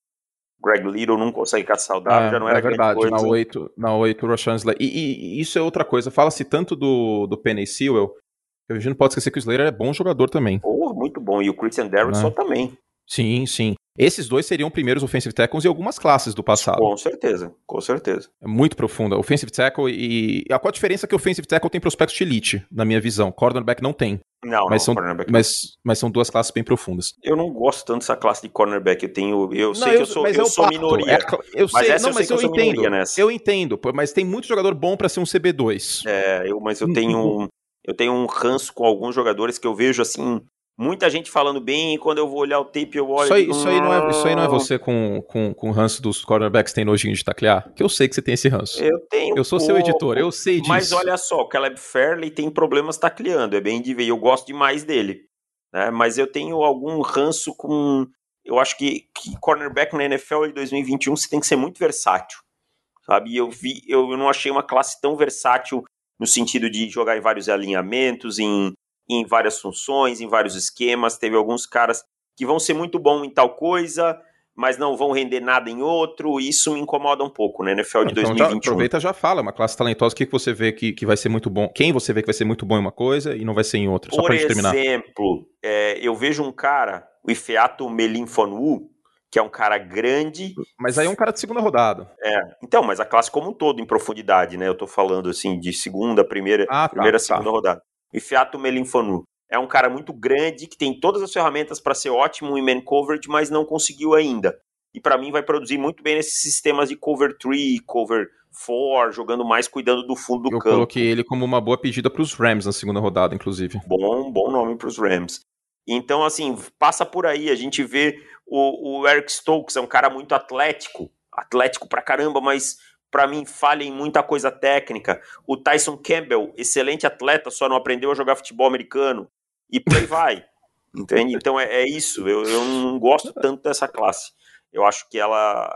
Greg Little não consegue ficar saudável, é, já não era é verdade, grande na coisa. oito, na oito, o Rashawn Slater. E, e isso é outra coisa. Fala-se tanto do, do Penei Sewell, que a gente não pode esquecer que o Slater é bom jogador também. Pô, muito bom. E o Christian Derrickson né? também. Sim, sim. Esses dois seriam primeiros offensive tackles em algumas classes do passado. Com certeza, com certeza. É muito profunda. Offensive tackle e... Qual a diferença que o offensive tackle tem prospectos de elite, na minha visão? Cornerback não tem. Não, mas não, são, cornerback mas, mas são duas classes bem profundas. Eu não gosto tanto dessa classe de cornerback. Eu tenho... Eu não, sei eu, que eu sou, eu é sou minoria. É, eu sei, mas essa não, eu mas sei eu, que eu eu entendo. minoria nessa. Eu entendo, mas tem muito jogador bom pra ser um C B dois. É, eu, mas eu tenho, um, eu tenho um ranço com alguns jogadores que eu vejo assim... Muita gente falando bem, e quando eu vou olhar o tape, eu olho isso aí, e digo, isso, aí não é, isso aí não é você com, com, com o ranço dos cornerbacks que tem nojinho de taclear? Que eu sei que você tem esse ranço. Eu tenho Eu sou pouco, seu editor, eu sei disso. Mas olha só, o Caleb Farley tem problemas tacleando, é bem de ver, eu gosto demais dele. Né? Mas eu tenho algum ranço com... Eu acho que, que cornerback na N F L em dois mil e vinte e um você tem que ser muito versátil. Sabe? E eu, vi, eu, eu não achei uma classe tão versátil no sentido de jogar em vários alinhamentos, em... em várias funções, em vários esquemas. Teve alguns caras que vão ser muito bons em tal coisa, mas não vão render nada em outro. Isso me incomoda um pouco, né? N F L de então, dois mil e vinte e um. Já, aproveita e já fala, uma classe talentosa, o que, que você vê que, que vai ser muito bom? Quem você vê que vai ser muito bom em uma coisa e não vai ser em outra? Só Por pra gente terminar. exemplo, é, eu vejo um cara, o Ifeatu Melinfonwu, que é um cara grande... Mas aí é um cara de segunda rodada. É, então, mas a classe como um todo, em profundidade, né? Eu tô falando, assim, de segunda, primeira, ah, tá, primeira tá. segunda rodada. Ifeatu Melinfonwu é um cara muito grande, que tem todas as ferramentas para ser ótimo em man coverage, mas não conseguiu ainda. E para mim vai produzir muito bem nesses sistemas de cover três, cover quatro, jogando mais, cuidando do fundo do Eu campo. Eu coloquei ele como uma boa pedida para os Rams na segunda rodada, inclusive. Bom, bom nome para os Rams. Então, assim, passa por aí. A gente vê o, o Eric Stokes, é um cara muito atlético, atlético pra caramba, mas... para mim, falha em muita coisa técnica. O Tyson Campbell, excelente atleta, só não aprendeu a jogar futebol americano. E por aí vai. Entende? Então é, é isso. Eu, eu não gosto tanto dessa classe. Eu acho que ela...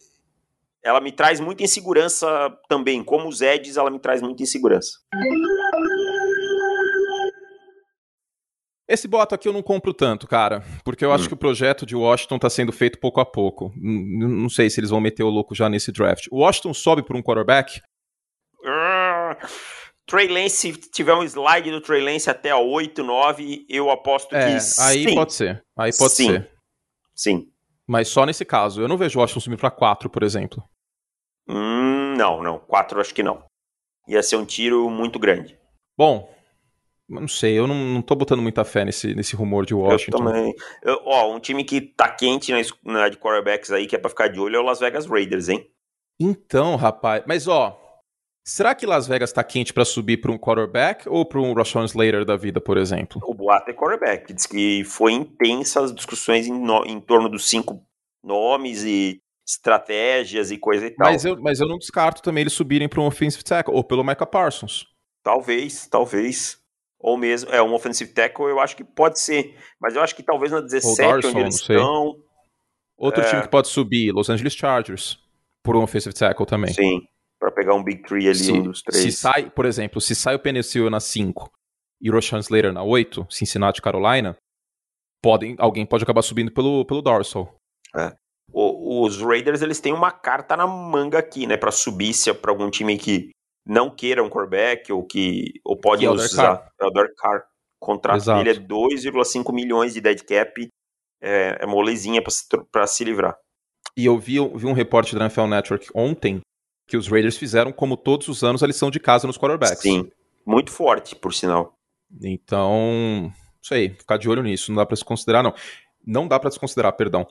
Ela me traz muita insegurança também. Como os Eds, ela me traz muita insegurança. Esse boato aqui eu não compro tanto, cara, porque eu acho hum. que o projeto de Washington tá sendo feito pouco a pouco. N- não sei se eles vão meter o louco já nesse draft. O Washington sobe por um quarterback? Uh, Trey Lance, se tiver um slide do Trey Lance até a oito, nove, eu aposto é, que sim. aí pode ser. Aí pode sim. ser. Sim. Mas só nesse caso. Eu não vejo o Washington subir pra quatro, por exemplo. Hum, não, não. quatro acho que não. Ia ser um tiro muito grande. Bom... Não sei, eu não, não tô botando muita fé nesse, nesse rumor de Washington. Eu também. Eu, ó, um time que tá quente na, na de quarterbacks aí, que é pra ficar de olho, é o Las Vegas Raiders, hein? Então, rapaz, mas ó, será que Las Vegas tá quente pra subir pra um quarterback ou pra um Rashawn Slater da vida, por exemplo? O boato é quarterback. Diz que foi intensa as discussões em, no, em torno dos cinco nomes e estratégias e coisa e tal. Mas eu, mas eu não descarto também eles subirem pra um offensive tackle, ou pelo Micah Parsons. Talvez, talvez. Ou mesmo, é um offensive tackle, eu acho que pode ser. Mas eu acho que talvez na dezessete, Darson, onde eles estão... Outro é... time que pode subir, Los Angeles Chargers, por um offensive tackle também. Sim, pra pegar um Big Three ali, se, um dos três. Se sai, por exemplo, se sai o Penei Sewell na cinco e o Rashawn Slater na oito, Cincinnati, Carolina, podem, alguém pode acabar subindo pelo, pelo Dorsal. É. O, os Raiders, eles têm uma carta na manga aqui, né, pra subir se é pra algum time que não queira um quarterback ou que ou pode que é usar é o Derek Carr. O contrato Exato. dele é dois vírgula cinco milhões de dead cap, é, é molezinha pra se, pra se livrar. E eu vi, eu vi um repórter da N F L Network ontem que os Raiders fizeram, como todos os anos, a lição de casa nos quarterbacks. Sim, muito forte, por sinal. Então, isso aí, ficar de olho nisso, não dá pra se considerar, não. Não dá pra desconsiderar, perdão.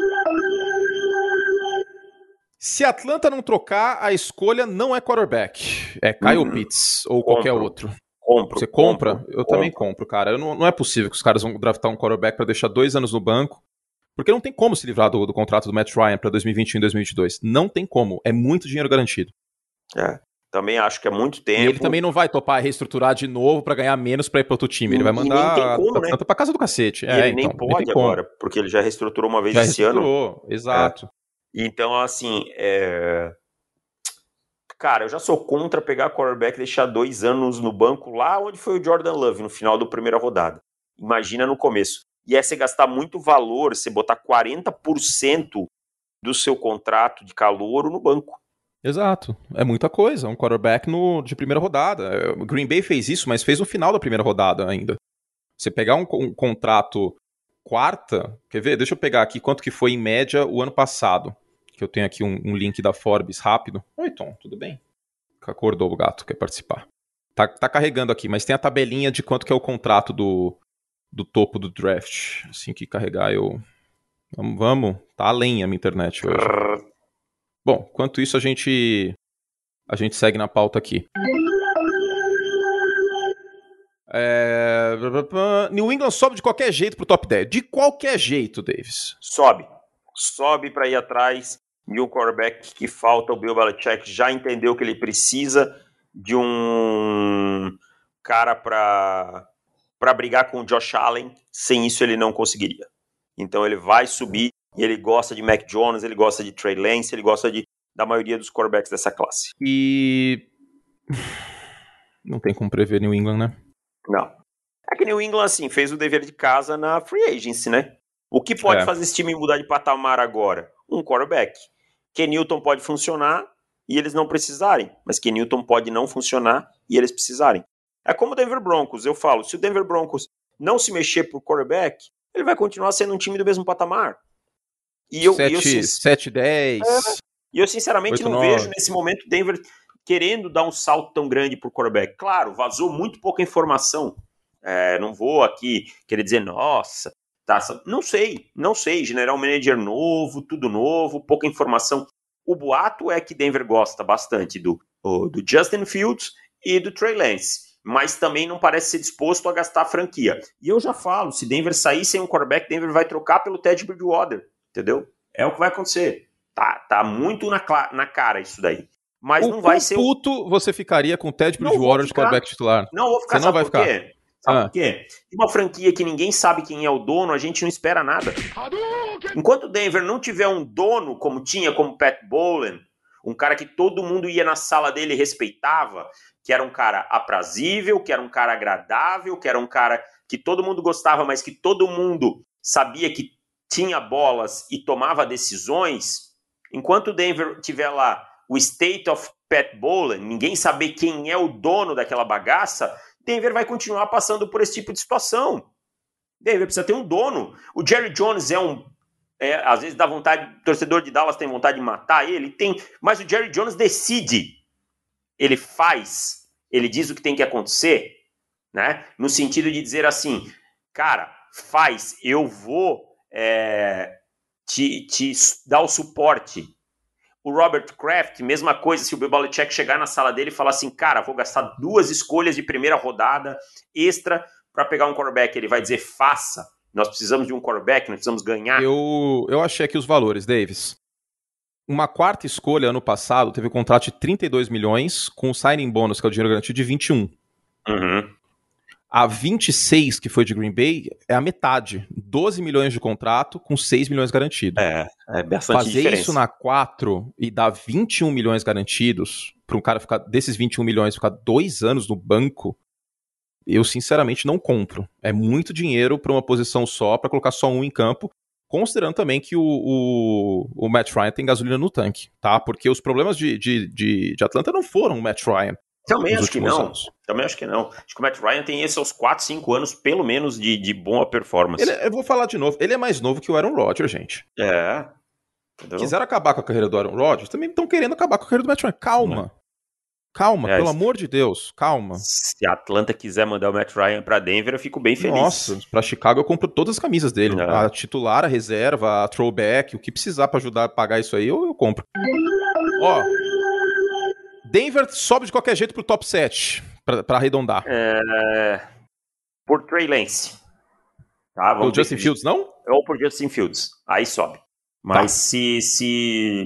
Se Atlanta não trocar, a escolha não é quarterback. É Kyle Uhum. Pitts ou Compro. qualquer outro. Compro. Você compra? compro, Eu compro. também compro, cara. Eu não, não é possível que os caras vão draftar um quarterback pra deixar dois anos no banco Porque não tem como se livrar do, do contrato do Matt Ryan para dois mil e vinte e um e dois mil e vinte e dois. Não tem como. É muito dinheiro garantido. É. Também acho que é muito tempo. E ele também não vai topar reestruturar de novo pra ganhar menos pra ir pro outro time. Ele vai mandar e nem tem como, né? tanto pra casa do cacete. E é, ele então, nem pode nem agora, porque ele já reestruturou uma vez já esse ano. Exato. É. Então, assim, é... cara, eu já sou contra pegar quarterback e deixar dois anos no banco lá onde foi o Jordan Love, no final da primeira rodada. Imagina no começo. E é você gastar muito valor, você botar quarenta por cento do seu contrato de calouro no banco. Exato. É muita coisa. Um quarterback no, de primeira rodada. O Green Bay fez isso, mas fez no final da primeira rodada ainda. Você pegar um, um contrato quarta... Quer ver? Deixa eu pegar aqui quanto que foi em média o ano passado. Que eu tenho aqui um, um link da Forbes rápido. Oi, Tom, tudo bem? Acordou o gato, quer participar. Tá, tá carregando aqui, mas tem a tabelinha de quanto que é o contrato do, do topo do draft. Assim que carregar, eu... Vamos, vamos. Tá além a minha internet hoje. Bom, enquanto isso a gente a gente segue na pauta aqui. É... New England sobe de qualquer jeito pro top dez. De qualquer jeito, Davis. Sobe. Sobe para ir atrás de um quarterback que falta. O Bill Belichick já entendeu que ele precisa de um cara para para brigar com o Josh Allen. Sem isso ele não conseguiria. Então ele vai subir. E ele gosta de Mac Jones, ele gosta de Trey Lance, ele gosta de, da maioria dos quarterbacks dessa classe. E... não tem como prever New England, né? Não. É que New England, assim, fez o dever de casa na free agency, né? O que pode é. fazer esse time mudar de patamar agora? Um quarterback. Ken Newton pode funcionar e eles não precisarem, mas Ken Newton pode não funcionar e eles precisarem. É como o Denver Broncos, eu falo, se o Denver Broncos não se mexer pro quarterback, ele vai continuar sendo um time do mesmo patamar. E eu, sete, dez. É, e eu, sinceramente, oito, não nove. Vejo nesse momento o Denver querendo dar um salto tão grande pro quarterback. Claro, vazou muito pouca informação. É, não vou aqui querer dizer, nossa, tá, não sei, não sei. General manager novo, tudo novo, pouca informação. O boato é que Denver gosta bastante do, do Justin Fields e do Trey Lance, mas também não parece ser disposto a gastar a franquia. E eu já falo, se Denver sair sem um quarterback, Denver vai trocar pelo Ted Bridgewater. Entendeu? É o que vai acontecer. Tá, tá muito na, na cara isso daí. Mas o não vai ser... O puto você ficaria com o Ted Bridgewater de quarterback titular? Não vou ficar, você não vai ficar. Quê? Sabe ah. por quê? Uma franquia que ninguém sabe quem é o dono, a gente não espera nada. Enquanto o Denver não tiver um dono, como tinha, como Pat Bowlen, um cara que todo mundo ia na sala dele e respeitava, que era um cara aprazível, que era um cara agradável, que era um cara que todo mundo gostava, mas que todo mundo sabia que tinha bolas e tomava decisões, enquanto o Denver tiver lá o state of Pat Bowlen, ninguém saber quem é o dono daquela bagaça, Denver vai continuar passando por esse tipo de situação. Denver precisa ter um dono. O Jerry Jones é um... É, às vezes dá vontade, o torcedor de Dallas tem vontade de matar ele, tem, mas o Jerry Jones decide. Ele faz, ele diz o que tem que acontecer, né? No sentido de dizer assim, cara, faz, eu vou... É, te, te dar o suporte. O Robert Kraft, mesma coisa, se o Bill Belichick chegar na sala dele e falar assim, cara, vou gastar duas escolhas de primeira rodada extra para pegar um quarterback, ele vai dizer, faça, nós precisamos de um quarterback, nós precisamos ganhar. Eu, eu achei aqui os valores, Davis. Uma quarta escolha ano passado teve um contrato de trinta e dois milhões com o signing bônus, que é o dinheiro garantido, de vinte e um. Uhum. A vinte e seis, que foi de Green Bay, é a metade. doze milhões de contrato com seis milhões garantidos. É, é bastante Fazer diferença. isso na quatro e dar vinte e um milhões garantidos, para um cara ficar, desses vinte e um milhões, ficar dois anos no banco, eu sinceramente não compro. É muito dinheiro para uma posição só, para colocar só um em campo, considerando também que o, o, o Matt Ryan tem gasolina no tanque, tá? Porque os problemas de, de, de, de Atlanta não foram o Matt Ryan. Também acho que não. Anos. Também acho que não. Acho que o Matt Ryan tem esses seus quatro, cinco anos, pelo menos, de, de boa performance. Ele, eu vou falar de novo. Ele é mais novo que o Aaron Rodgers, gente. É. Entendeu? Quiseram acabar com a carreira do Aaron Rodgers, também estão querendo acabar com a carreira do Matt Ryan. Calma. É. Calma, é, pelo amor de Deus. Calma. Se a Atlanta quiser mandar o Matt Ryan pra Denver, eu fico bem feliz. Nossa, pra Chicago eu compro todas as camisas dele. É. A titular, a reserva, a throwback, o que precisar pra ajudar a pagar isso aí, eu, eu compro. Ó... Denver sobe de qualquer jeito pro top sete, pra, pra arredondar. É... Por Trey Lance. Tá? O Justin ver, Fields, não? Ou por Justin Fields. Aí sobe. Mas tá. se, se...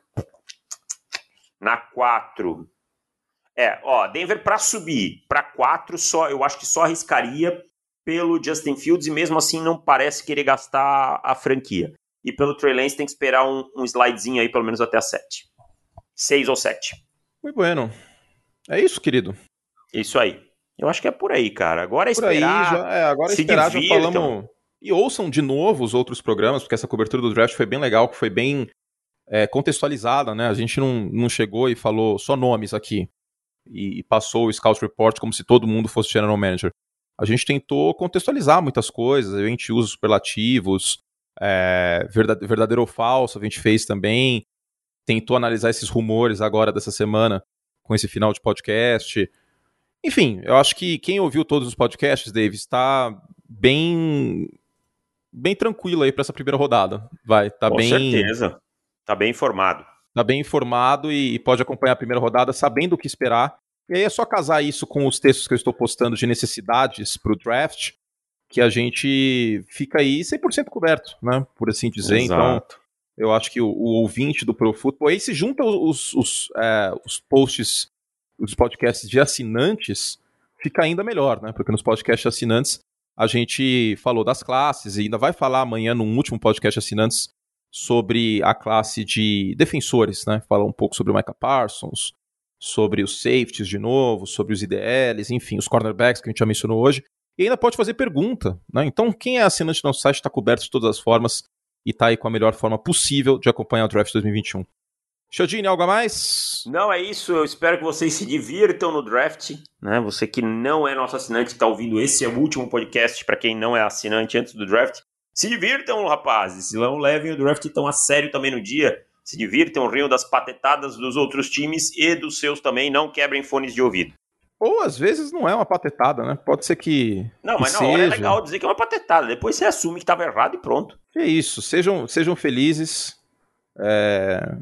Na quatro... É, ó, Denver para subir para quatro, só, eu acho que só arriscaria pelo Justin Fields e mesmo assim não parece querer gastar a franquia. E pelo Trey Lance tem que esperar um, um slidezinho aí pelo menos até a sete. seis ou sete. Muito bueno. É isso, querido. Isso aí. Eu acho que é por aí, cara. Agora é por esperar. Aí já, é, agora é esperar, já falamos. E ouçam de novo os outros programas, porque essa cobertura do draft foi bem legal, que foi bem é, contextualizada, né? A gente não, não chegou e falou só nomes aqui. E, e passou o Scout Report como se todo mundo fosse General Manager. A gente tentou contextualizar muitas coisas, a gente usa superlativos, é, verdade, verdadeiro ou falso, a gente fez também. Tentou analisar esses rumores agora dessa semana com esse final de podcast. Enfim, eu acho que quem ouviu todos os podcasts, Dave, está bem bem tranquilo aí para essa primeira rodada. Vai, tá com bem... certeza. Tá bem informado. Tá bem informado e pode acompanhar a primeira rodada sabendo o que esperar. E aí é só casar isso com os textos que eu estou postando de necessidades para o draft, que a gente fica aí cem por cento coberto, né? Por assim dizer. Exato. Então, eu acho que o, o ouvinte do Pro Football aí se junta os, os, é, os posts, os podcasts de assinantes, fica ainda melhor, né? Porque nos podcasts assinantes a gente falou das classes e ainda vai falar amanhã num último podcast assinantes sobre a classe de defensores, né? Fala um pouco sobre o Micah Parsons, sobre os safeties de novo, sobre os I D Ls, enfim, os cornerbacks que a gente já mencionou hoje. E ainda pode fazer pergunta, né? Então, quem é assinante do nosso site está coberto de todas as formas e está aí com a melhor forma possível de acompanhar o Draft dois mil e vinte e um. Chiodini, algo a mais? Não, é isso. Eu espero que vocês se divirtam no draft, né? Você que não é nosso assinante, está ouvindo, esse é o último podcast para quem não é assinante antes do draft. Se divirtam, rapazes. Se não levem o draft tão a sério também no dia. Se divirtam, riam das patetadas dos outros times e dos seus também. Não quebrem fones de ouvido. Ou às vezes não é uma patetada, né? Pode ser que. Não, que mas na seja. hora é legal dizer que é uma patetada. Depois você assume que estava errado e pronto. É isso. Sejam, sejam felizes. É...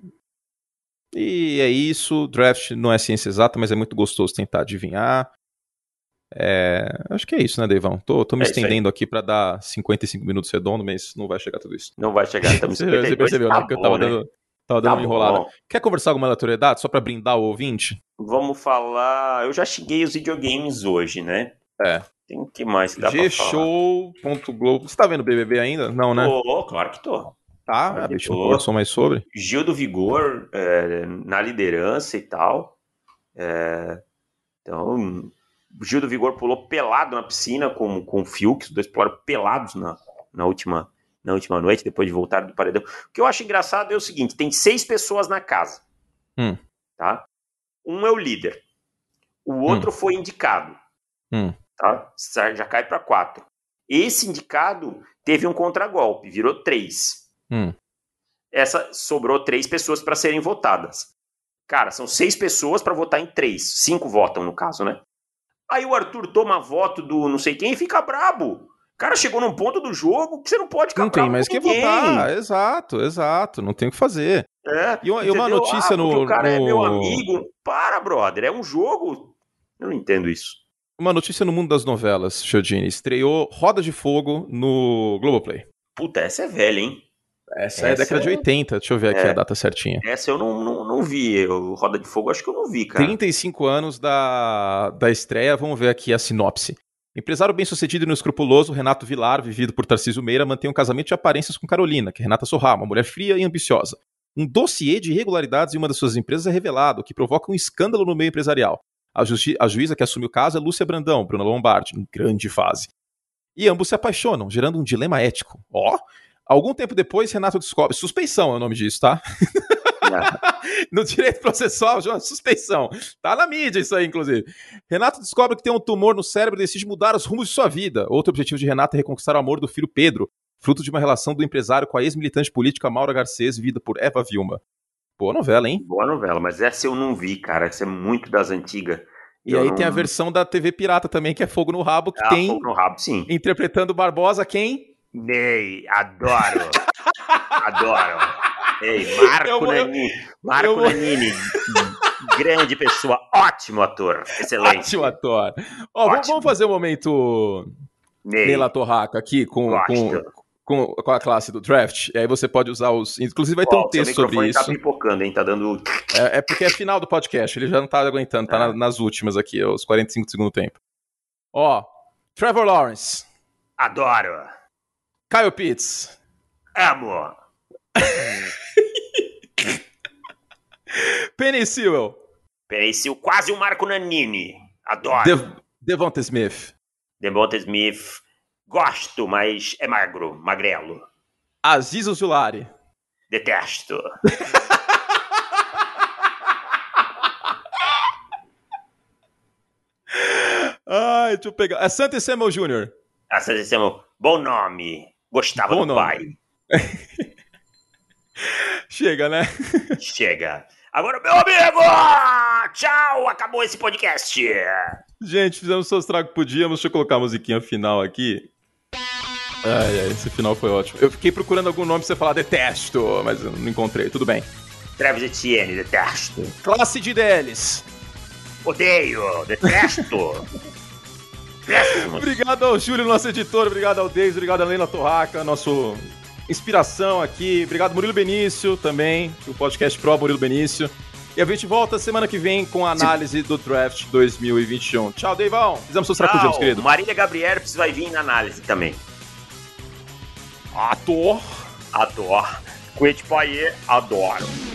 E é isso. Draft não é ciência exata, mas é muito gostoso tentar adivinhar. É... Acho que é isso, né, Deivão? Tô, tô me é estendendo aqui para dar cinquenta e cinco minutos redondo, mas não vai chegar tudo isso. Não vai chegar. Estamos Você percebeu, tá né? Que bom, eu tava né? dando, tava dando tá uma enrolada. Bom. Quer conversar alguma aleatoriedade só para brindar o ouvinte? Vamos falar... Eu já xinguei os videogames hoje, né? É. Tem o que mais que dá pra falar? G show ponto globo. Você tá vendo o B B B ainda? Não, né? Tô, claro que tô. Tá, claro a bicho tô. não conversou mais sobre. Gil do Vigor é, na liderança e tal. É, então, o Gil do Vigor pulou pelado na piscina com, com o Fiuk, os dois pularam pelados na, na, última, na última noite, depois de voltar do paredão. O que eu acho engraçado é o seguinte, tem seis pessoas na casa. Hum. Tá? Um é o líder. O outro hum. foi indicado. Hum. Tá? Já cai para quatro. Esse indicado teve um contragolpe, virou três. Hum. Essa sobrou três pessoas para serem votadas. Cara, são seis pessoas para votar em três. Cinco votam, no caso, né? Aí o Arthur toma voto do não sei quem e fica brabo. O cara chegou num ponto do jogo que você não pode ficar não brabo tem mais com que votar. Exato, exato. Não tem o que fazer. É, e, uma, e uma notícia ah, no... o cara no... é meu amigo. Para, brother. É um jogo. Eu não entendo isso. Uma notícia no mundo das novelas, Chiodini. Estreou Roda de Fogo no Globoplay. Puta, essa é velha, hein? Essa, essa é década é... de oitenta. Deixa eu ver aqui é. a data certinha. Essa eu não, não, não vi. Eu, Roda de Fogo acho que eu não vi, cara. trinta e cinco anos da, da estreia. Vamos ver aqui a sinopse. Empresário bem-sucedido e inescrupuloso, Renato Vilar, vivido por Tarcísio Meira, mantém um casamento de aparências com Carolina, que é Renata Sorrá, uma mulher fria e ambiciosa. Um dossiê de irregularidades em uma das suas empresas é revelado, o que provoca um escândalo no meio empresarial. A, justi- a juíza que assume o caso é Lúcia Brandão, Bruna Lombardi, em grande fase. E ambos se apaixonam, gerando um dilema ético. Ó, oh, algum tempo depois, Renato descobre... Suspeição é o nome disso, tá? No direito processual, suspeição. Tá na mídia isso aí, inclusive. Renato descobre que tem um tumor no cérebro e decide mudar os rumos de sua vida. Outro objetivo de Renato é reconquistar o amor do filho Pedro, fruto de uma relação do empresário com a ex-militante política Maura Garcês, vivida por Eva Vilma. Boa novela, hein? Boa novela, mas essa eu não vi, cara. Essa é muito das antigas. E eu aí não... tem a versão da T V Pirata também, que é Fogo no Rabo, que ah, tem... Fogo no Rabo, sim. Interpretando Barbosa, quem? Ney, adoro. Adoro. Ei, Marco eu, Nanini. Marco eu... Nanini. Grande pessoa, ótimo ator. Excelente. Ótimo ator. Ó, ótimo. Vamos fazer um momento... Ney. Ney Latorraca, aqui com, com, com, com a classe do draft. E aí você pode usar os... Inclusive vai ter um texto sobre isso. Tá pipocando, hein? Tá dando... É, é porque é final do podcast, ele já não tá aguentando, tá ah. na, nas últimas aqui, os quarenta e cinco do segundo tempo. Ó, Trevor Lawrence. Adoro. Kyle Pitts. Amo. Penei Sewell. Penei Sewell, quase um Marco Nannini. Adoro. De- Devonta Smith. Devonta Smith. Gosto, mas é magro, magrelo. Aziz Ojulari. Detesto. Ai, deixa eu pegar. É Asante Samuel Júnior Asante Samuel, bom nome. Gostava bom do nome. pai. Chega, né? Chega. Agora, meu amigo! Tchau! Acabou esse podcast. Gente, fizemos só os tragos que podíamos. Deixa eu colocar a musiquinha final aqui. Ai, ai, esse final foi ótimo. Eu fiquei procurando algum nome pra você falar detesto, mas eu não encontrei. Tudo bem. Travis Etienne, detesto. Classe de Delis. Odeio, detesto. Obrigado ao Júlio, nosso editor. Obrigado ao Deis. Obrigado a Helena Torraca, nosso inspiração aqui. Obrigado, Murilo Benício, também. O podcast Pro Murilo Benício. E a gente volta semana que vem com a análise do Draft dois mil e vinte e um. Tchau, Deivão. Fizemos seus tracudinhos, querido. Marília Gabriel vai vir na análise também. Ator. Ator. Quet Paie, adoro.